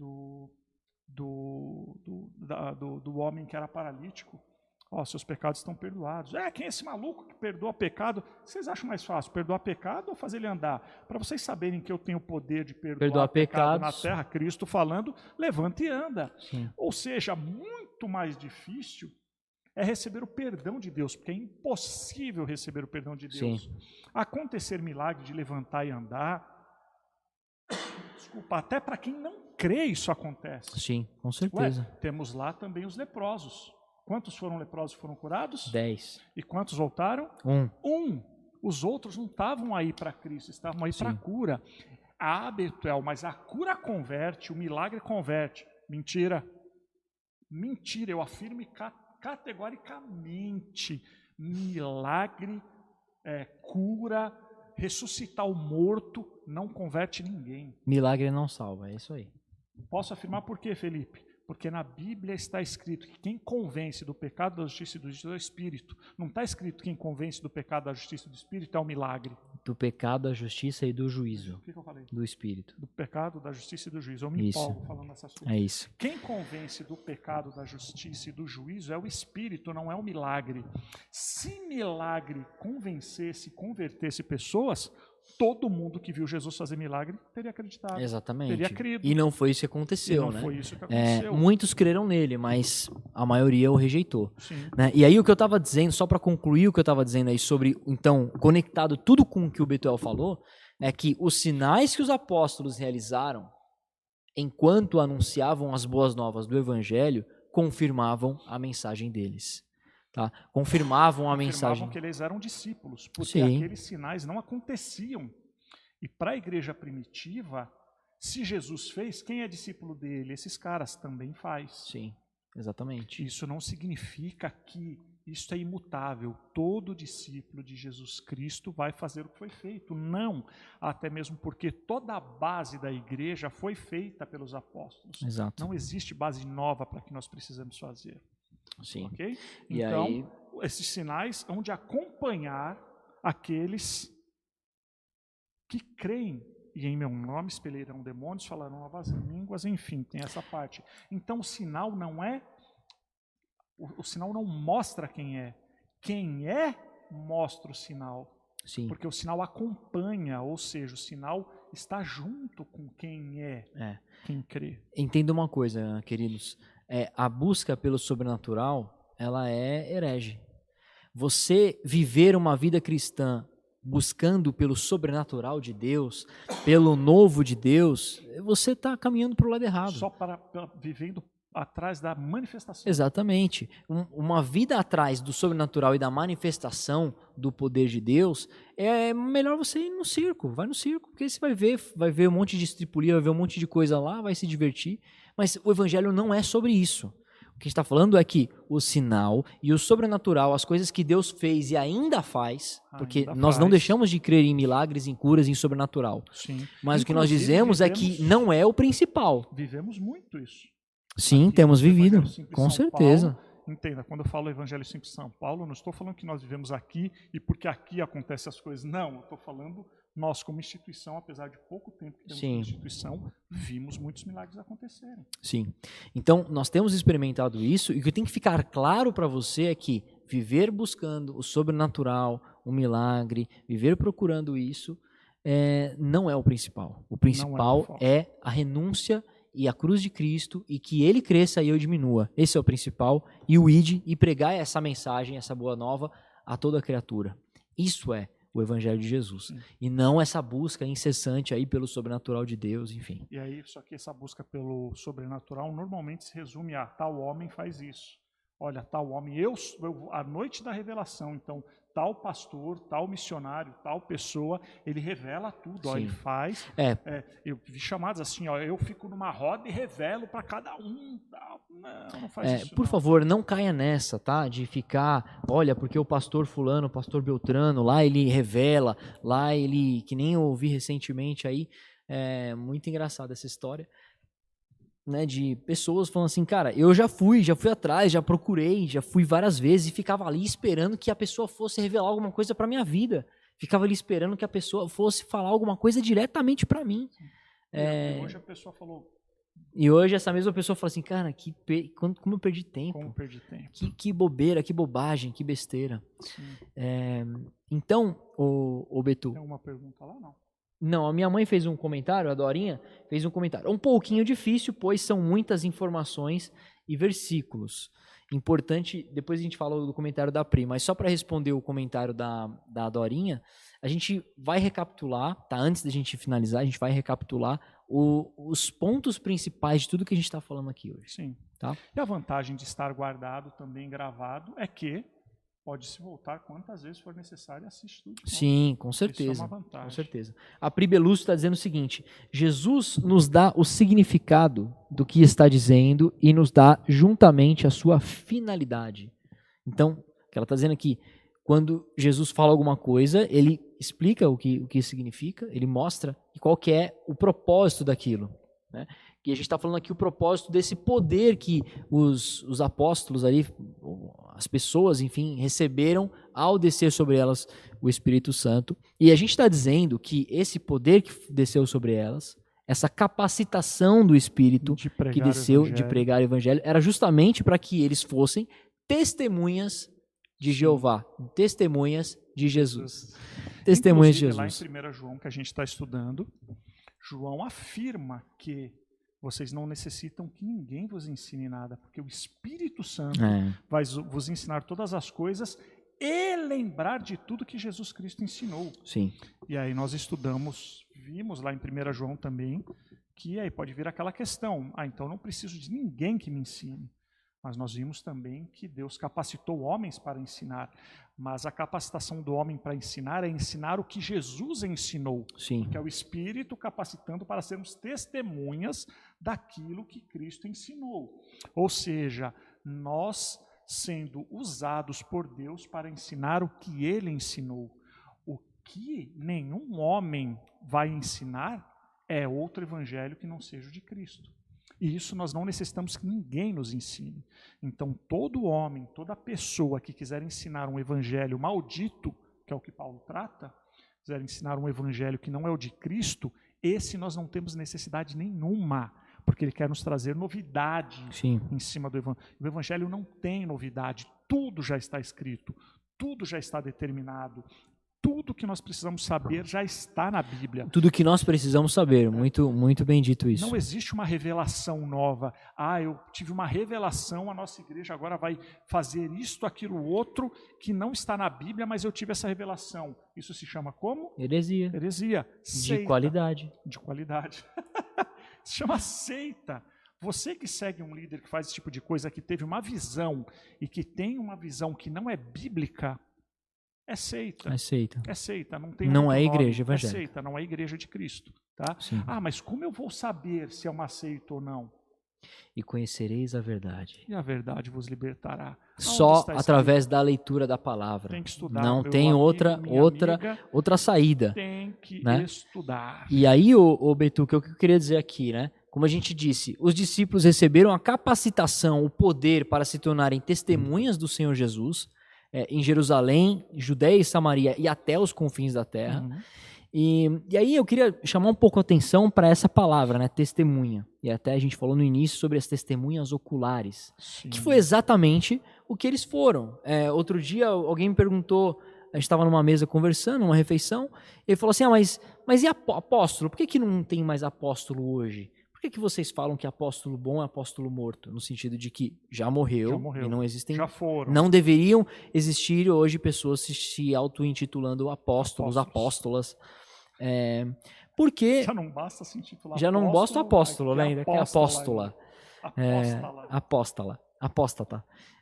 homem que era paralítico. Seus pecados estão perdoados. Quem é esse maluco que perdoa pecado? Vocês acham mais fácil perdoar pecado ou fazer ele andar? Para vocês saberem que eu tenho o poder de perdoar pecado na terra, Cristo falando, levanta e anda. Sim. Ou seja, muito mais difícil é receber o perdão de Deus, porque é impossível receber o perdão de Deus. Sim. Acontecer milagre de levantar e andar, desculpa, até para quem não crê isso acontece. Sim, com certeza. Temos lá também os leprosos. Quantos foram leprosos e foram curados? 10. E quantos voltaram? 1. Os outros não estavam aí para Cristo, estavam aí para a cura. Betuel, mas a cura converte, o milagre converte. Mentira. Mentira, eu afirmo categoricamente. Milagre, cura, ressuscitar o morto não converte ninguém. Milagre não salva, é isso aí. Posso afirmar por quê, Felipe? Porque na Bíblia está escrito que quem convence do pecado, da justiça e do juízo é o Espírito. Não está escrito que quem convence do pecado, da justiça e do Espírito é o milagre. Do pecado, da justiça e do juízo. O que eu falei? Do Espírito. Do pecado, da justiça e do juízo. Eu me empolgo falando essas coisas. É isso. Quem convence do pecado, da justiça e do juízo é o Espírito, não é o milagre. Se milagre convertesse pessoas, todo mundo que viu Jesus fazer milagre teria acreditado. Exatamente. Teria crido. E não foi isso que aconteceu, Foi isso que aconteceu. Muitos creram nele, mas a maioria o rejeitou. Sim. Né? E aí o que eu estava dizendo, só para concluir o que eu estava dizendo aí sobre, então, conectado tudo com o que o Betuel falou, é que os sinais que os apóstolos realizaram enquanto anunciavam as boas novas do Evangelho confirmavam a mensagem deles. Tá? Confirmavam a mensagem. Que eles eram discípulos, porque Sim. aqueles sinais não aconteciam. E para a igreja primitiva, se Jesus fez, quem é discípulo dele? Esses caras também faz. Sim, exatamente. Isso não significa que isso é imutável. Todo discípulo de Jesus Cristo vai fazer o que foi feito. Não, até mesmo porque toda a base da igreja foi feita pelos apóstolos. Exato. Não existe base nova para que nós precisamos fazer. Sim. Okay? E então, aí... esses sinais hão de acompanhar aqueles que creem. E em meu nome expelirão demônios, falarão novas línguas, enfim, tem essa parte. Então, o sinal não é... O sinal não mostra quem é. Quem é, mostra o sinal. Sim. Porque o sinal acompanha, ou seja, o sinal está junto com quem quem crê. Entenda uma coisa, queridos. A busca pelo sobrenatural, ela é herege. Você viver uma vida cristã buscando pelo sobrenatural de Deus, pelo novo de Deus, você está caminhando para o lado errado. Só vivendo atrás da manifestação. Exatamente. Uma vida atrás do sobrenatural e da manifestação do poder de Deus, é melhor você ir no circo. Vai no circo, porque você vai ver um monte de estripulia, vai ver um monte de coisa lá, vai se divertir. Mas o evangelho não é sobre isso. O que a gente está falando é que o sinal e o sobrenatural, as coisas que Deus fez e ainda faz, porque nós não deixamos de crer em milagres, em curas, em sobrenatural. Sim. Mas o que nós dizemos é que não é o principal. Vivemos muito isso. Sim, temos vivido, com certeza. Entenda, quando eu falo Evangelho Simples São Paulo, não estou falando que nós vivemos aqui e porque aqui acontecem as coisas. Não, eu estou falando nós como instituição, apesar de pouco tempo que temos como instituição, vimos muitos milagres acontecerem. Sim. Então, nós temos experimentado isso e o que tem que ficar claro para você é que viver buscando o sobrenatural, o milagre, viver procurando isso, não é o principal. O principal é a renúncia e a cruz de Cristo, e que ele cresça e eu diminua. Esse é o principal. E o ide, e pregar essa mensagem, essa boa nova a toda criatura. Isso é o evangelho de Jesus. Sim. E não essa busca incessante aí pelo sobrenatural de Deus, enfim. E aí, só que essa busca pelo sobrenatural normalmente se resume a tal homem faz isso. Olha, tal homem, a noite da revelação, então, tal pastor, tal missionário, tal pessoa, ele revela tudo, ó, ele faz. Eu vi chamadas assim, ó, eu fico numa roda e revelo para cada um. Não faz isso. Por favor, não caia nessa, tá? De ficar, olha, porque o pastor fulano, o pastor Beltrano, lá ele revela, lá ele, que nem eu ouvi recentemente aí, muito engraçada essa história. Né, de pessoas falando assim, cara, eu já fui atrás, já procurei, já fui várias vezes e ficava ali esperando que a pessoa fosse revelar alguma coisa para minha vida. Ficava ali esperando que a pessoa fosse falar alguma coisa diretamente para mim. E hoje a pessoa falou... E hoje essa mesma pessoa fala assim, cara, como eu perdi tempo. Como perdi tempo. Que bobeira, que bobagem, que besteira. Então, o Betu... Tem uma pergunta lá, não? Não, a minha mãe fez um comentário, a Dorinha fez um comentário. Um pouquinho difícil, pois são muitas informações e versículos. Importante, depois a gente fala do comentário da Pri, mas só para responder o comentário da Dorinha, a gente vai recapitular, tá? Antes da gente finalizar, a gente vai recapitular os pontos principais de tudo que a gente está falando aqui hoje. Sim. Tá? E a vantagem de estar guardado, também gravado, é que pode se voltar quantas vezes for necessário e assistir tudo. Sim, com certeza. Isso é uma vantagem. Com certeza. A Pri Belúcio está dizendo o seguinte: Jesus nos dá o significado do que está dizendo e nos dá juntamente a sua finalidade. Então, o que ela está dizendo aqui, quando Jesus fala alguma coisa, ele explica o que significa, ele mostra qual que é o propósito daquilo, né? E a gente está falando aqui o propósito desse poder que os apóstolos ali, as pessoas, enfim, receberam ao descer sobre elas o Espírito Santo. E a gente está dizendo que esse poder que desceu sobre elas, essa capacitação do Espírito que desceu de pregar o Evangelho, era justamente para que eles fossem testemunhas de Jeová, testemunhas de Jesus. Testemunhas de Jesus. Lá em 1 João, que a gente está estudando, João afirma que vocês não necessitam que ninguém vos ensine nada, porque o Espírito Santo vai vos ensinar todas as coisas e lembrar de tudo que Jesus Cristo ensinou. Sim. E aí nós vimos lá em 1 João também, que aí pode vir aquela questão, então não preciso de ninguém que me ensine. Mas nós vimos também que Deus capacitou homens para ensinar. Mas a capacitação do homem para ensinar é ensinar o que Jesus ensinou. Sim. Que é o Espírito capacitando para sermos testemunhas daquilo que Cristo ensinou. Ou seja, nós sendo usados por Deus para ensinar o que Ele ensinou. O que nenhum homem vai ensinar é outro evangelho que não seja o de Cristo. E isso nós não necessitamos que ninguém nos ensine. Então, todo homem, toda pessoa que quiser ensinar um evangelho maldito, que é o que Paulo trata, quiser ensinar um evangelho que não é o de Cristo, esse nós não temos necessidade nenhuma, porque ele quer nos trazer novidade em cima do evangelho. O evangelho não tem novidade, tudo já está escrito, tudo já está determinado. Tudo que nós precisamos saber já está na Bíblia. Tudo que nós precisamos saber, muito, muito bem dito isso. Não existe uma revelação nova. Eu tive uma revelação, a nossa igreja agora vai fazer isto, aquilo, outro, que não está na Bíblia, mas eu tive essa revelação. Isso se chama como? Heresia. Heresia. De qualidade. De qualidade. Se chama seita. Você que segue um líder que faz esse tipo de coisa, que teve uma visão e que tem uma visão que não é bíblica, é seita. É seita. É seita, não tem não é nome. igreja evangélica. É seita, não é igreja de Cristo, tá? Mas como eu vou saber se é uma seita ou não? E conhecereis a verdade. E a verdade vos libertará. Só através da leitura da palavra. Tem que estudar. Não tem outra saída. Tem que estudar. E aí, o Betuca, o que eu queria dizer aqui, né? Como a gente disse, os discípulos receberam a capacitação, o poder para se tornarem testemunhas do Senhor Jesus, em Jerusalém, Judéia e Samaria e até os confins da terra. E aí eu queria chamar um pouco a atenção para essa palavra, né, testemunha. E até a gente falou no início sobre as testemunhas oculares, que foi exatamente o que eles foram. Outro dia alguém me perguntou, a gente estava numa mesa conversando, numa refeição, e ele falou assim, mas e apóstolo? Por que não tem mais apóstolo hoje? Por que vocês falam que apóstolo bom é apóstolo morto? No sentido de que já morreu. E não existem. Já foram. Não deveriam existir hoje pessoas se auto-intitulando apóstolos, apóstolas. Porque. Já não basta se intitular. Já não basta o apóstolo, né? Ainda que é apóstola. Apóstola. Apóstata.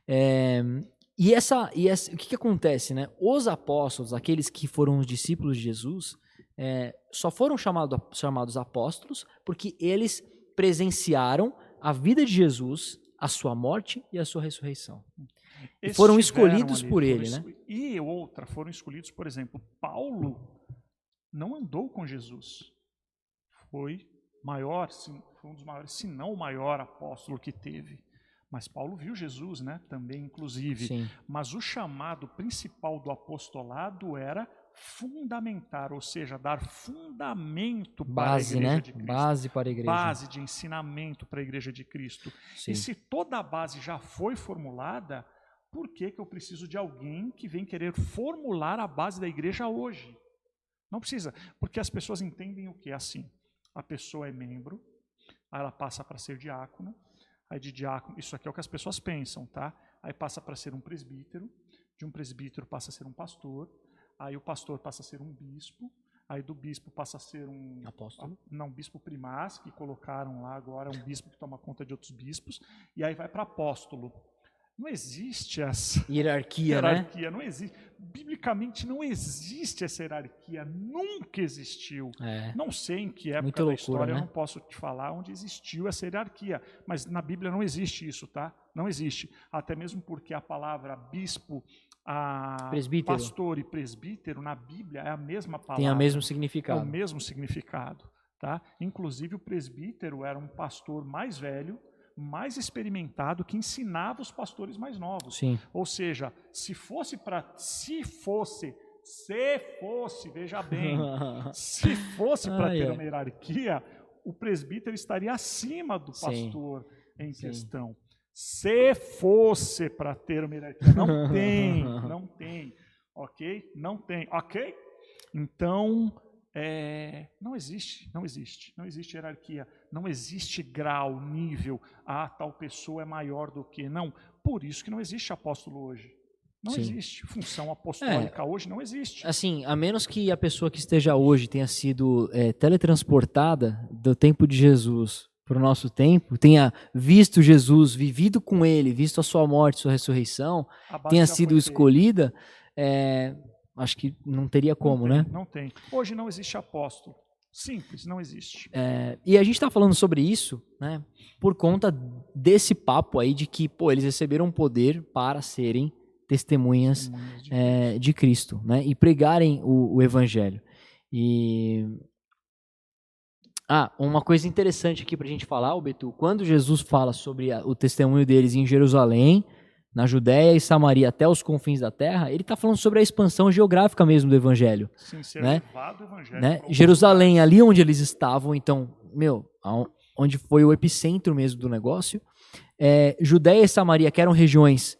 E o que acontece, né? Os apóstolos, aqueles que foram os discípulos de Jesus, só foram chamados apóstolos porque eles presenciaram a vida de Jesus, a sua morte e a sua ressurreição. E foram escolhidos por ele, né? E foram escolhidos, por exemplo, Paulo não andou com Jesus. Foi um dos maiores, se não o maior apóstolo que teve. Mas Paulo viu Jesus, né? Também, inclusive. Sim. Mas o chamado principal do apostolado era fundamentar, ou seja, dar fundamento para a Igreja de Cristo. Base para a Igreja. Base de ensinamento para a Igreja de Cristo. Sim. E se toda a base já foi formulada, por que eu preciso de alguém que vem querer formular a base da igreja hoje? Não precisa, porque as pessoas entendem o que é assim. A pessoa é membro, aí ela passa para ser diácono, aí de diácono, isso aqui é o que as pessoas pensam, tá? Aí passa para ser um presbítero, de um presbítero passa a ser um pastor, aí o pastor passa a ser um bispo, aí do bispo passa a ser um apóstolo. Não, bispo primaz, que colocaram lá agora, um bispo que toma conta de outros bispos, e aí vai para apóstolo. Não existe essa hierarquia, né? Não existe. Biblicamente não existe essa hierarquia, nunca existiu. Não sei em que época da história, né? Eu não posso te falar onde existiu essa hierarquia, mas na Bíblia não existe isso, tá? Não existe. Até mesmo porque a palavra bispo, pastor e presbítero na Bíblia é a mesma palavra. Tem o mesmo significado. É o mesmo significado, tá? Inclusive o presbítero era um pastor mais velho, mais experimentado, que ensinava os pastores mais novos. Sim. Ou seja, se fosse, veja bem, se fosse para ter uma hierarquia, o presbítero estaria acima do pastor em questão. Se fosse para ter uma hierarquia, não tem, ok? Não tem, ok? Então, não existe hierarquia, não existe grau, nível, tal pessoa é maior do que, não. Por isso que não existe apóstolo hoje. Não existe função apostólica hoje, não existe. Assim, a menos que a pessoa que esteja hoje tenha sido teletransportada do tempo de Jesus para o nosso tempo, tenha visto Jesus, vivido com ele, visto a sua morte, sua ressurreição, tenha sido escolhida, acho que não teria como, né? Não tem. Hoje não existe apóstolo. Simples, não existe. E a gente está falando sobre isso, né, por conta desse papo aí de que, eles receberam poder para serem testemunhas de Cristo, né, e pregarem o evangelho. E uma coisa interessante aqui para a gente falar, Betu, quando Jesus fala sobre o testemunho deles em Jerusalém, na Judéia e Samaria até os confins da terra, ele está falando sobre a expansão geográfica mesmo do evangelho. Sim, ser né? levado o evangelho. Né? Jerusalém, ali onde eles estavam, então, onde foi o epicentro mesmo do negócio. Judéia e Samaria, que eram regiões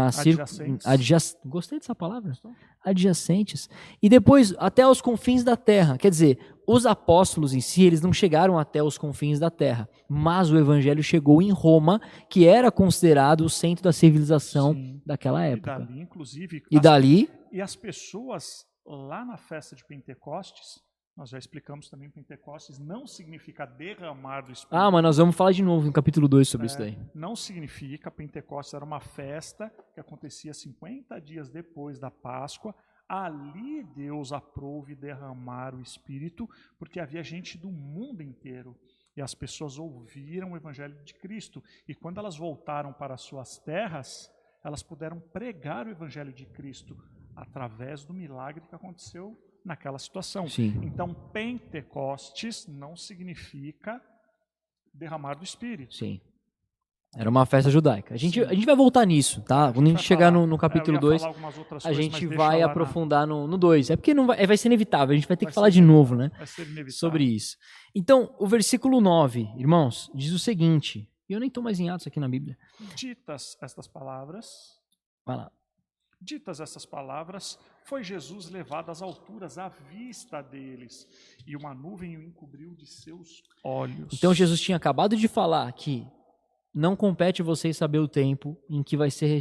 gostei dessa palavra? Adjacentes. E depois até os confins da terra. Quer dizer, os apóstolos em si, eles não chegaram até os confins da terra, mas o evangelho chegou em Roma, que era considerado o centro da civilização daquela época. E dali, inclusive, e as pessoas lá na festa de Pentecostes, nós já explicamos também, Pentecostes não significa derramar do Espírito. Mas nós vamos falar de novo no capítulo 2 sobre isso daí. Não significa, Pentecostes era uma festa que acontecia 50 dias depois da Páscoa. Ali Deus aprove derramar o Espírito, porque havia gente do mundo inteiro. E as pessoas ouviram o Evangelho de Cristo. E quando elas voltaram para as suas terras, elas puderam pregar o Evangelho de Cristo através do milagre que aconteceu naquela situação. Sim. Então, Pentecostes não significa derramar do Espírito. Sim. Era uma festa judaica. A gente vai voltar nisso, tá? Quando a gente chegar no capítulo 2, a gente vai aprofundar no 2. É porque vai ser inevitável, a gente vai ter que falar de novo, né? Sobre isso. Então, o versículo 9, irmãos, diz o seguinte, e eu nem estou mais em Atos aqui na Bíblia. Ditas estas palavras, vai lá. Ditas essas palavras, foi Jesus levado às alturas à vista deles, e uma nuvem o encobriu de seus olhos. Então Jesus tinha acabado de falar que não compete vocês saber o tempo em que vai ser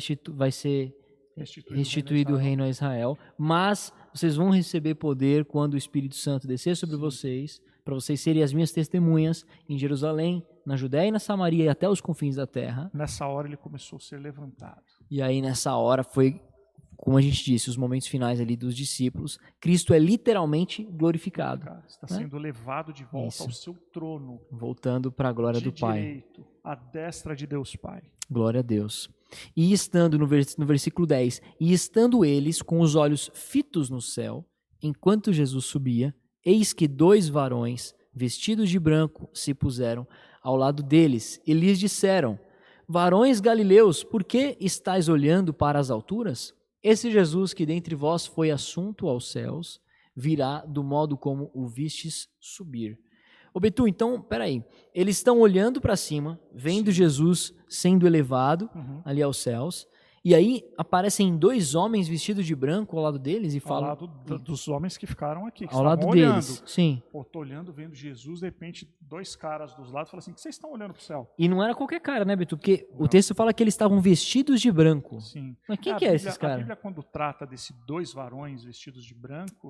restituído o reino a Israel, mas vocês vão receber poder quando o Espírito Santo descer sobre vocês, para vocês serem as minhas testemunhas em Jerusalém, na Judéia e na Samaria e até os confins da terra. Nessa hora ele começou a ser levantado. E aí nessa hora foi, como a gente disse, os momentos finais ali dos discípulos, Cristo é literalmente glorificado. Está sendo levado de volta ao seu trono. Voltando para a glória do Pai. Direito, à destra de Deus Pai. Glória a Deus. E estando, no versículo 10, e estando eles com os olhos fitos no céu, enquanto Jesus subia, eis que 2 varões, vestidos de branco, se puseram ao lado deles, e lhes disseram, varões galileus, por que estáis olhando para as alturas? Esse Jesus que dentre vós foi assunto aos céus, virá do modo como o vistes subir. Ô Betu, então, peraí, eles estão olhando para cima, vendo Jesus sendo elevado ali aos céus, e aí aparecem 2 homens vestidos de branco ao lado deles e falam... Ao lado dos homens que ficaram aqui, que ao lado olhando. Deles, sim. Tô olhando, vendo Jesus, de repente 2 caras dos lados falam assim, o que vocês estão olhando pro céu? E não era qualquer cara, né, Betu? Porque o texto fala que eles estavam vestidos de branco. Sim. Mas quem que é esses caras? A Bíblia, quando trata desses 2 varões vestidos de branco,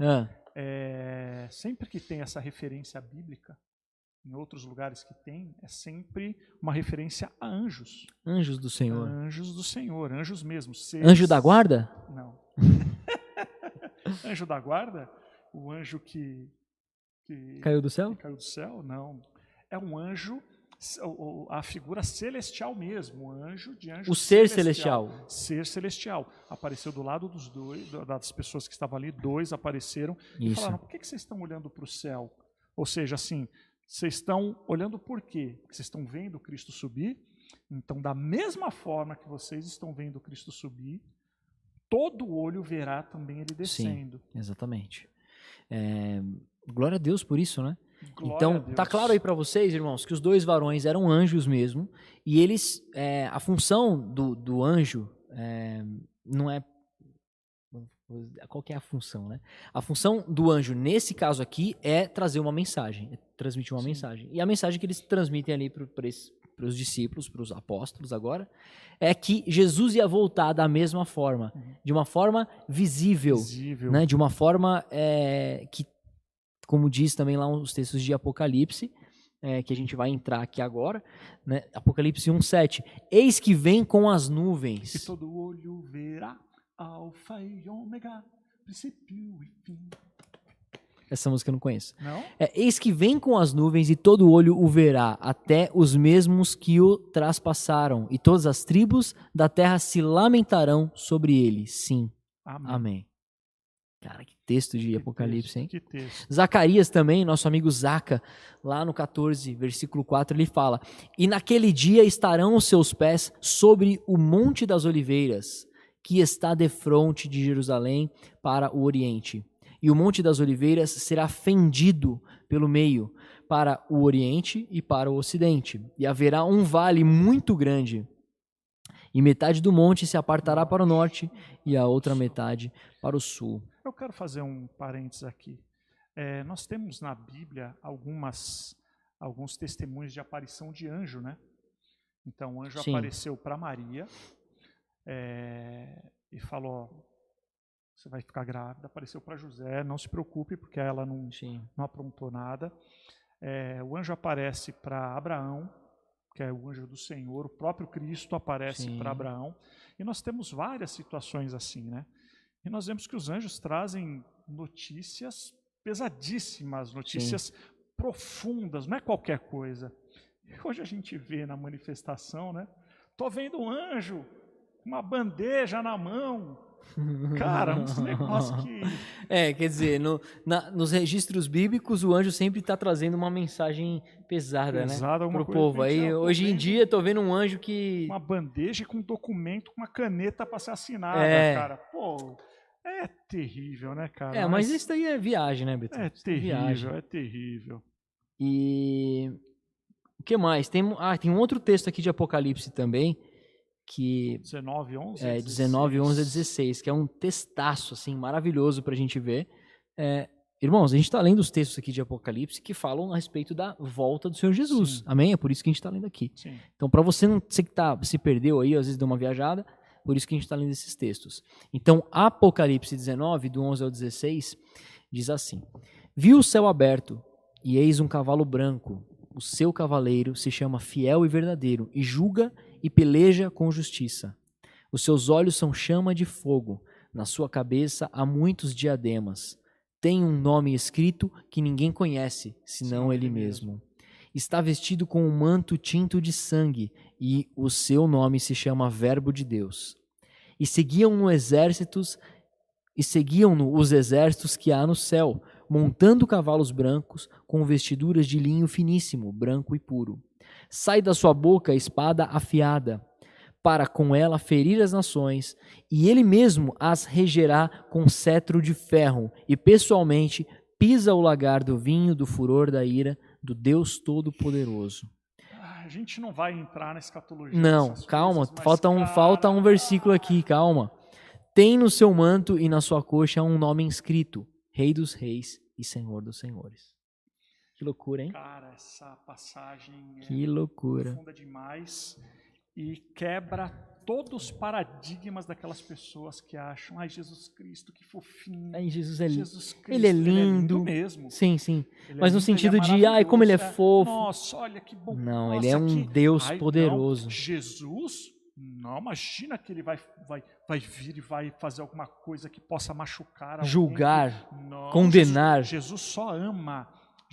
sempre que tem essa referência bíblica, em outros lugares que tem, é sempre uma referência a anjos. Anjos do Senhor. Anjos do Senhor, anjos mesmo. Anjo da guarda? Não. Anjo da guarda? O anjo que caiu do céu? Que caiu do céu? Não. É um anjo, a figura celestial mesmo, um anjo de anjo. O ser celestial. Ser celestial. Apareceu do lado dos 2, das pessoas que estavam ali, 2 apareceram e falaram, por que vocês estão olhando para o céu? Ou seja, assim... Vocês estão olhando por quê? Porque vocês estão vendo Cristo subir. Então, da mesma forma que vocês estão vendo Cristo subir, todo olho verá também ele descendo. Sim, exatamente. Glória a Deus por isso, né? Glória então, tá claro aí para vocês, irmãos, que os 2 varões eram anjos mesmo. E eles, a função do anjo não é... Qual que é a função, né? A função do anjo, nesse caso aqui, é trazer uma mensagem, é transmitir uma mensagem. E a mensagem que eles transmitem ali para os discípulos, para os apóstolos agora, é que Jesus ia voltar da mesma forma, de uma forma visível. Né? De uma forma que, como diz também lá os textos de Apocalipse, que a gente vai entrar aqui agora, né? Apocalipse 1:7. Eis que vem com as nuvens. E todo olho verá, alfa e ômega, princípio e fim. Essa música eu não conheço. Não? Eis que vem com as nuvens e todo olho o verá, até os mesmos que o traspassaram, e todas as tribos da terra se lamentarão sobre ele. Sim. Amém. Cara, que texto de Apocalipse, hein? Que texto. Zacarias também, nosso amigo Zaca, lá no 14, versículo 4, ele fala: E naquele dia estarão os seus pés sobre o Monte das Oliveiras, que está defronte de Jerusalém para o Oriente. E o Monte das Oliveiras será fendido pelo meio, para o Oriente e para o Ocidente. E haverá um vale muito grande. E metade do monte se apartará para o norte e a outra metade para o sul. Eu quero fazer um parênteses aqui. Nós temos na Bíblia alguns testemunhos de aparição de anjo, né? Então, o anjo apareceu para Maria e falou: você vai ficar grávida. Apareceu para José, não se preocupe, porque ela não aprontou nada. O anjo aparece para Abraão, que é o anjo do Senhor. O próprio Cristo aparece para Abraão. E nós temos várias situações assim, né? E nós vemos que os anjos trazem notícias pesadíssimas, notícias profundas, não é qualquer coisa. E hoje a gente vê na manifestação, né? Tô vendo um anjo com uma bandeja na mão. Cara, uns negócios que... quer dizer, nos registros bíblicos, o anjo sempre está trazendo uma mensagem pesada, né? Pro povo. Aí, hoje em dia, tô vendo um anjo que... Uma bandeja com um documento, com uma caneta para ser assinada, cara. Pô, é terrível, né, cara? Mas isso daí é viagem, né, Beto? É terrível, é terrível. E... o que mais? Tem um outro texto aqui de Apocalipse também, que 19:11 19:11-16, que é um textaço assim maravilhoso para a gente ver. Irmãos, a gente está lendo os textos aqui de Apocalipse que falam a respeito da volta do Senhor Jesus. Sim. Amém? É por isso que a gente está lendo aqui. Sim. Então, para você não ser que se perdeu aí, às vezes deu uma viajada, por isso que a gente está lendo esses textos. Então, Apocalipse 19, do 11 ao 16, diz assim: Vi o céu aberto, e eis um cavalo branco. O seu cavaleiro se chama Fiel e Verdadeiro, e julga e peleja com justiça. Os seus olhos são chama de fogo, na sua cabeça há muitos diademas. Tem um nome escrito que ninguém conhece, senão ele mesmo. Está vestido com um manto tinto de sangue, e o seu nome se chama Verbo de Deus. E seguiam-no os exércitos que há no céu, montando cavalos brancos, com vestiduras de linho finíssimo, branco e puro. Sai da sua boca a espada afiada, para com ela ferir as nações, e ele mesmo as regerá com cetro de ferro, e pessoalmente pisa o lagar do vinho do furor da ira do Deus Todo-Poderoso. A gente não vai entrar na escatologia. Não, calma, falta um versículo aqui, calma. Tem no seu manto e na sua coxa um nome inscrito: Rei dos Reis e Senhor dos Senhores. Que loucura, hein? Cara, essa passagem que loucura. Profunda demais e quebra todos os paradigmas daquelas pessoas que acham: ai, Jesus Cristo, que fofinho. Ai, Jesus Cristo, ele é lindo. Ele é lindo mesmo. Sim. Mas no sentido de, ai, como ele é fofo. Nossa, olha que bom. Não, nossa, ele é um Deus poderoso. Não, Jesus, não, imagina que ele vai vir e vai fazer alguma coisa que possa machucar alguém. Julgar, não, condenar. Jesus só ama.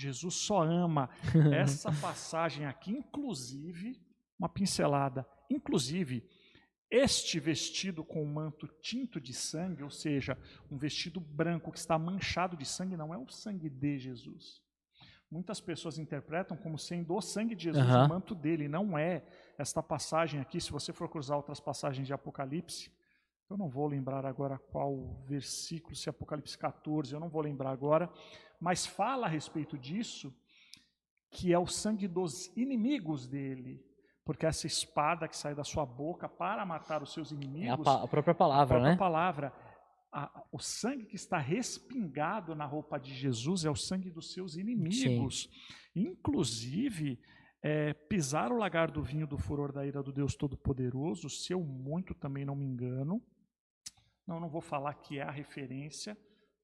Essa passagem aqui, inclusive, uma pincelada, inclusive, este vestido com um manto tinto de sangue, ou seja, um vestido branco que está manchado de sangue, não é o sangue de Jesus. Muitas pessoas interpretam como sendo o sangue de Jesus, o manto dele. Não é. Esta passagem aqui, se você for cruzar outras passagens de Apocalipse, eu não vou lembrar agora qual versículo, se é Apocalipse 14, eu não vou lembrar agora, mas fala a respeito disso, que é o sangue dos inimigos dele. Porque essa espada que sai da sua boca para matar os seus inimigos... É a própria palavra, né? A própria palavra. O sangue que está respingado na roupa de Jesus é o sangue dos seus inimigos. Sim. Inclusive, pisar o lagar do vinho do furor da ira do Deus Todo-Poderoso, se eu muito também não me engano. Não vou falar que é a referência,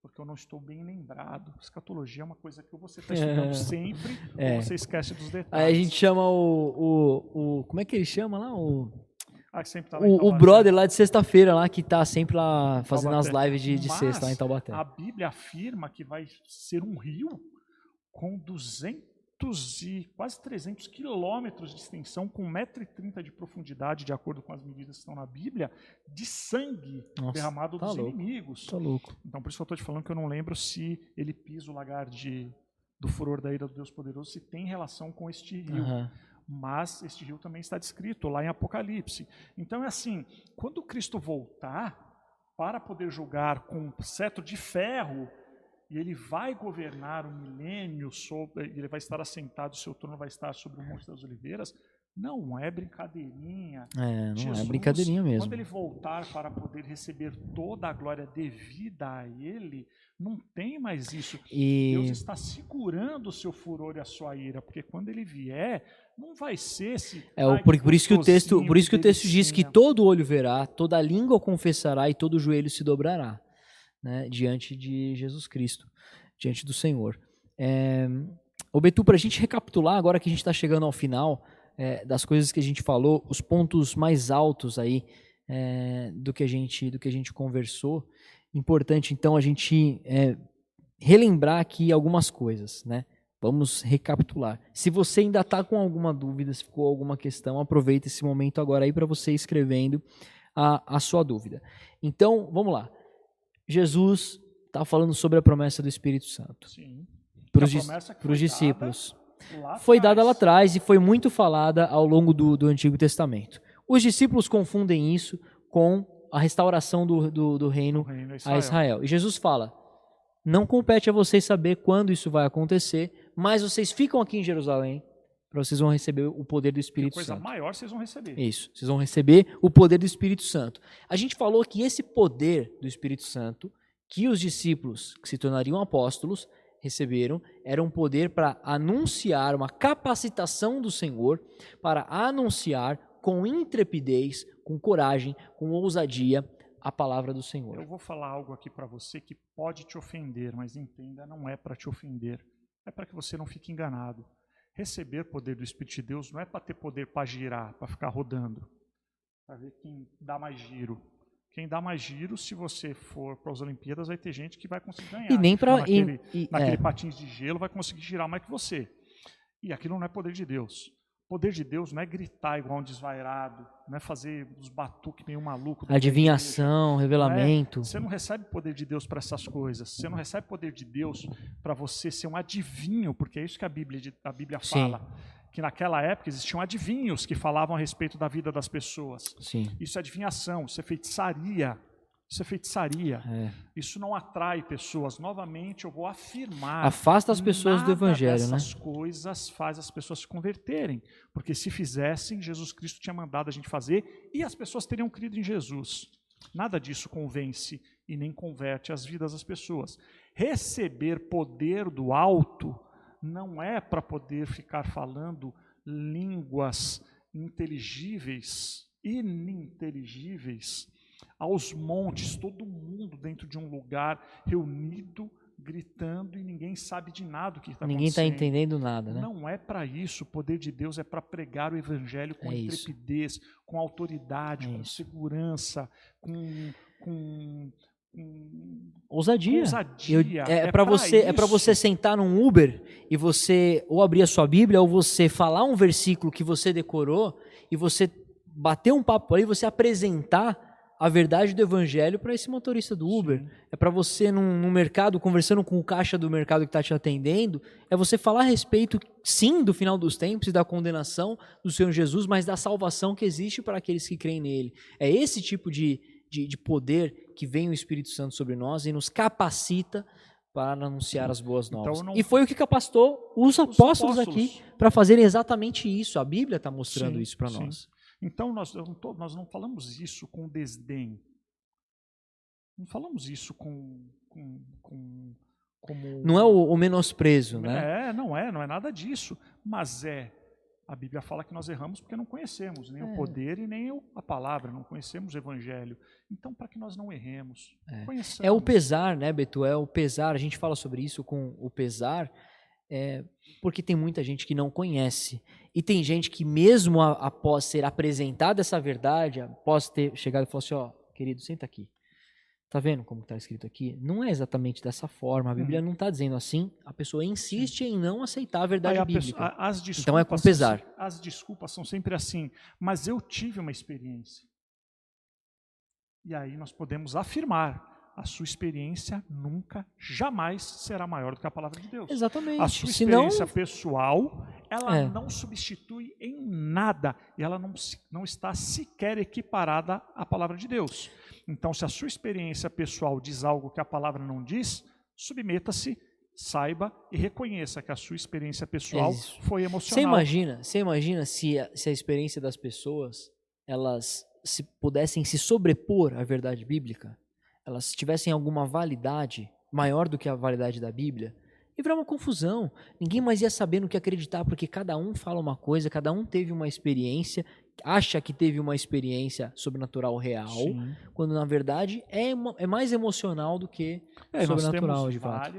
porque eu não estou bem lembrado. Escatologia é uma coisa que você está estudando sempre, ou você esquece dos detalhes. Aí a gente chama como é que ele chama lá? Que sempre tá lá em O brother lá de sexta-feira lá, que tá sempre lá fazendo as lives de sexta lá em Taubaté. A Bíblia afirma que vai ser um rio com 200 e quase 300 quilômetros de extensão, com 1,30 m de profundidade, de acordo com as medidas que estão na Bíblia, de sangue derramado dos inimigos. Tá louco. Então, por isso que eu estou te falando que eu não lembro se ele pisa o lagar do furor da ira do Deus Poderoso, se tem relação com este rio. Mas este rio também está descrito lá em Apocalipse. Então é assim, quando Cristo voltar para poder julgar com um cetro de ferro, e ele vai governar o milênio, ele vai estar assentado, o seu trono vai estar sobre o Monte das Oliveiras, não é brincadeirinha. Não é brincadeirinha mesmo. Quando ele voltar para poder receber toda a glória devida a ele, não tem mais isso. Deus está segurando o seu furor e a sua ira, porque quando ele vier, não vai ser esse... Por isso que o texto diz que todo olho verá, toda língua confessará e todo joelho se dobrará, né, diante de Jesus Cristo, diante do Senhor. Betu, para a gente recapitular, agora que a gente está chegando ao final das coisas que a gente falou, os pontos mais altos aí do que a gente conversou, importante então a gente relembrar aqui algumas coisas, né? Vamos recapitular. Se você ainda está com alguma dúvida, se ficou alguma questão, aproveita esse momento agora aí para você ir escrevendo a sua dúvida. Então, vamos lá. Jesus está falando sobre a promessa do Espírito Santo. Sim. Para os discípulos. Foi dada lá atrás e foi muito falada ao longo do Antigo Testamento. Os discípulos confundem isso com a restauração do reino a Israel. E Jesus fala, não compete a vocês saber quando isso vai acontecer, mas vocês ficam aqui em Jerusalém, para vocês vão receber o poder do Espírito Santo. Coisa maior vocês vão receber. Isso, vocês vão receber o poder do Espírito Santo. A gente falou que esse poder do Espírito Santo, que os discípulos que se tornariam apóstolos receberam, era um poder para anunciar, uma capacitação do Senhor para anunciar com intrepidez, com coragem, com ousadia a palavra do Senhor. Eu vou falar algo aqui para você que pode te ofender, mas entenda, não é para te ofender. É para que você não fique enganado. Receber poder do Espírito de Deus não é para ter poder para girar, para ficar rodando, para ver quem dá mais giro. Quem dá mais giro, se você for para as Olimpíadas, vai ter gente que vai conseguir ganhar. E nem para naquele patins de gelo vai conseguir girar mais que você. E aquilo não é poder de Deus. Poder de Deus não é gritar igual um desvairado, não é fazer os batuques meio maluco. Adivinhação, revelamento. Você não recebe poder de Deus para essas coisas. Você não recebe poder de Deus para você ser um adivinho, porque é isso que a Bíblia fala. Que naquela época existiam adivinhos que falavam a respeito da vida das pessoas. Sim. Isso é adivinhação, isso é feitiçaria. Isso não atrai pessoas. Novamente, eu vou afirmar. Afasta as pessoas do Evangelho, né? Essas coisas faz as pessoas se converterem. Porque se fizessem, Jesus Cristo tinha mandado a gente fazer e as pessoas teriam crido em Jesus. Nada disso convence e nem converte as vidas das pessoas. Receber poder do alto não é para poder ficar falando línguas inteligíveis, ininteligíveis, aos montes, todo mundo dentro de um lugar reunido, gritando, e ninguém sabe de nada o que está acontecendo. Ninguém está entendendo nada, né? Não é para isso. O poder de Deus é para pregar o Evangelho com intrepidez, com autoridade, com segurança, com ousadia. É para você sentar num Uber e você ou abrir a sua Bíblia ou você falar um versículo que você decorou e você bater um papo aí, você apresentar a verdade do Evangelho para esse motorista do Uber. Sim. É para você no mercado, conversando com o caixa do mercado que está te atendendo, é você falar a respeito, sim, do final dos tempos e da condenação do Senhor Jesus, mas da salvação que existe para aqueles que creem nele. É esse tipo de poder que vem o Espírito Santo sobre nós e nos capacita para anunciar as boas novas. Então, e foi o que capacitou os apóstolos aqui para fazerem exatamente isso. A Bíblia está mostrando isso para nós. Então, nós não falamos isso com desdém. Não falamos isso como... Não é o menosprezo, né? Não é nada disso. Mas A Bíblia fala que nós erramos porque não conhecemos nem o poder e nem a palavra, não conhecemos o Evangelho. Então, para que nós não erremos, conheçamos. É o pesar, né, Beto? É o pesar, a gente fala sobre isso com o pesar, porque tem muita gente que não conhece. E tem gente que mesmo após ser apresentada essa verdade, após ter chegado e falado assim, ó, querido, senta aqui. Tá vendo como está escrito aqui? Não é exatamente dessa forma, a Bíblia não está dizendo assim, a pessoa insiste em não aceitar a verdade bíblica. Então é com pesar. As desculpas são sempre assim, mas eu tive uma experiência. E aí nós podemos afirmar, a sua experiência nunca, jamais será maior do que a palavra de Deus. Exatamente. A sua experiência pessoal, ela não substitui em nada, e ela não está sequer equiparada à palavra de Deus. Então, se a sua experiência pessoal diz algo que a palavra não diz, submeta-se, saiba e reconheça que a sua experiência pessoal foi emocional. Você imagina se a experiência das pessoas, elas se pudessem se sobrepor à verdade bíblica? Elas tivessem alguma validade maior do que a validade da Bíblia, ia virar uma confusão. Ninguém mais ia saber no que acreditar, porque cada um fala uma coisa, cada um teve uma experiência, acha que teve uma experiência sobrenatural real, quando na verdade é mais emocional do que sobrenatural, de fato.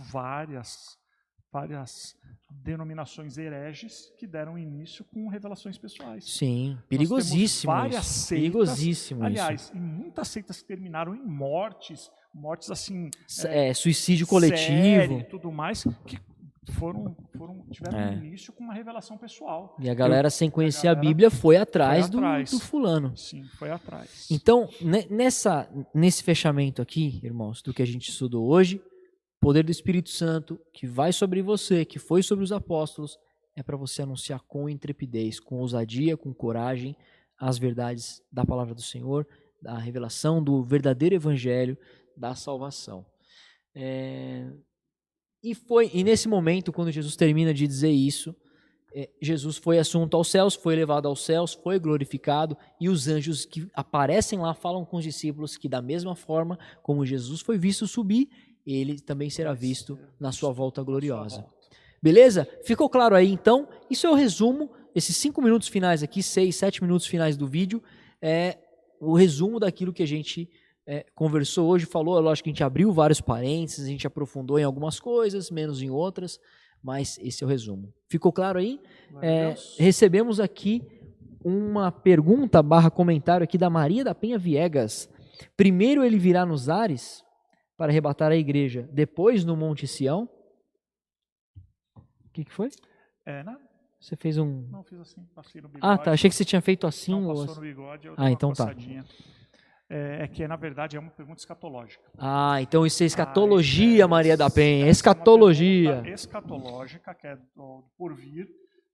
Várias denominações hereges que deram início com revelações pessoais. Sim, perigosíssimo. Várias seitas, perigosíssimo aliás, em muitas seitas que terminaram em mortes assim, suicídio coletivo e tudo mais, que tiveram início com uma revelação pessoal. E a galera, sem conhecer a Bíblia, foi atrás do fulano. Sim, foi atrás. Então, nesse fechamento aqui, irmãos, do que a gente estudou hoje, poder do Espírito Santo, que vai sobre você, que foi sobre os apóstolos, é para você anunciar com intrepidez, com ousadia, com coragem, as verdades da palavra do Senhor, da revelação do verdadeiro evangelho da salvação. E nesse momento, quando Jesus termina de dizer isso, Jesus foi assunto aos céus, foi levado aos céus, foi glorificado, e os anjos que aparecem lá falam com os discípulos que da mesma forma como Jesus foi visto subir, ele também será visto na sua volta gloriosa. Beleza? Ficou claro aí, então? Isso é o resumo, esses 5 minutos finais aqui, 6, 7 minutos finais do vídeo, é o resumo daquilo que a gente conversou hoje, falou, lógico que a gente abriu vários parênteses, a gente aprofundou em algumas coisas, menos em outras, mas esse é o resumo. Ficou claro aí? Recebemos aqui uma pergunta / comentário aqui da Maria da Penha Viegas. Primeiro ele virá nos ares para arrebatar a igreja, depois no Monte Sião? O que foi? Nada. Você fez um... Não, fiz assim, passei no bigode. Ah, tá, achei que você tinha feito assim. Não, passou no bigode, eu dei uma então passadinha. Que, na verdade, é uma pergunta escatológica. Então isso é escatologia, Maria da Penha, escatologia. É uma escatológica, que é do porvir,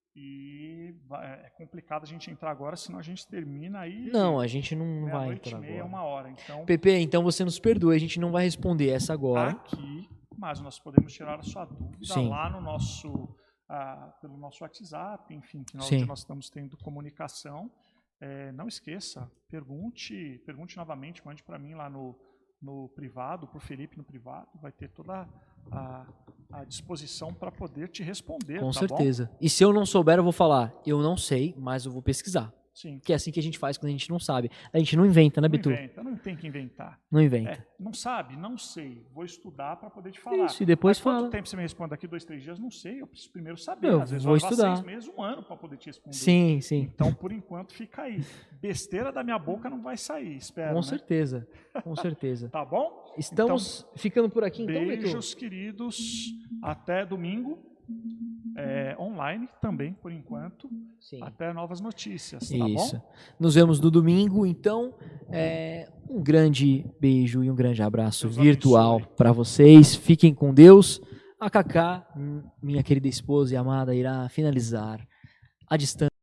e é complicado a gente entrar agora, senão a gente termina aí... Não, a gente não vai entrar agora. 1h30, então... Pepe, então você nos perdoe, a gente não vai responder essa agora. Aqui, mas nós podemos tirar a sua dúvida lá no nosso... pelo nosso WhatsApp, enfim, que nós estamos tendo comunicação. Não esqueça, pergunte novamente, mande para mim lá no privado, para o Felipe no privado, vai ter toda a disposição para poder te responder. Com certeza. Bom? E se eu não souber, eu vou falar, eu não sei, mas eu vou pesquisar. Sim. Que é assim que a gente faz quando a gente não sabe. A gente não inventa, né, Bitu? Não tem que inventar. Não inventa. Não sabe? Não sei. Vou estudar para poder te falar. Isso, e depois fala. Quanto tempo você me responde daqui 2, 3 dias? Não sei. Eu preciso primeiro saber. Eu Às vezes vou estudar. 6 meses, 1 ano para poder te responder. Sim. Então, por enquanto, fica aí. Besteira da minha boca não vai sair, espero. Com certeza. Com certeza. Tá bom? Estamos ficando por aqui, então, Bitu? Beijos, queridos. Até domingo. Online também, por enquanto. Sim. Até novas notícias, tá Isso. bom? Nos vemos no domingo, então. Um grande beijo e um grande abraço virtual para vocês. Fiquem com Deus. A Cacá, minha querida esposa e amada, irá finalizar a distância.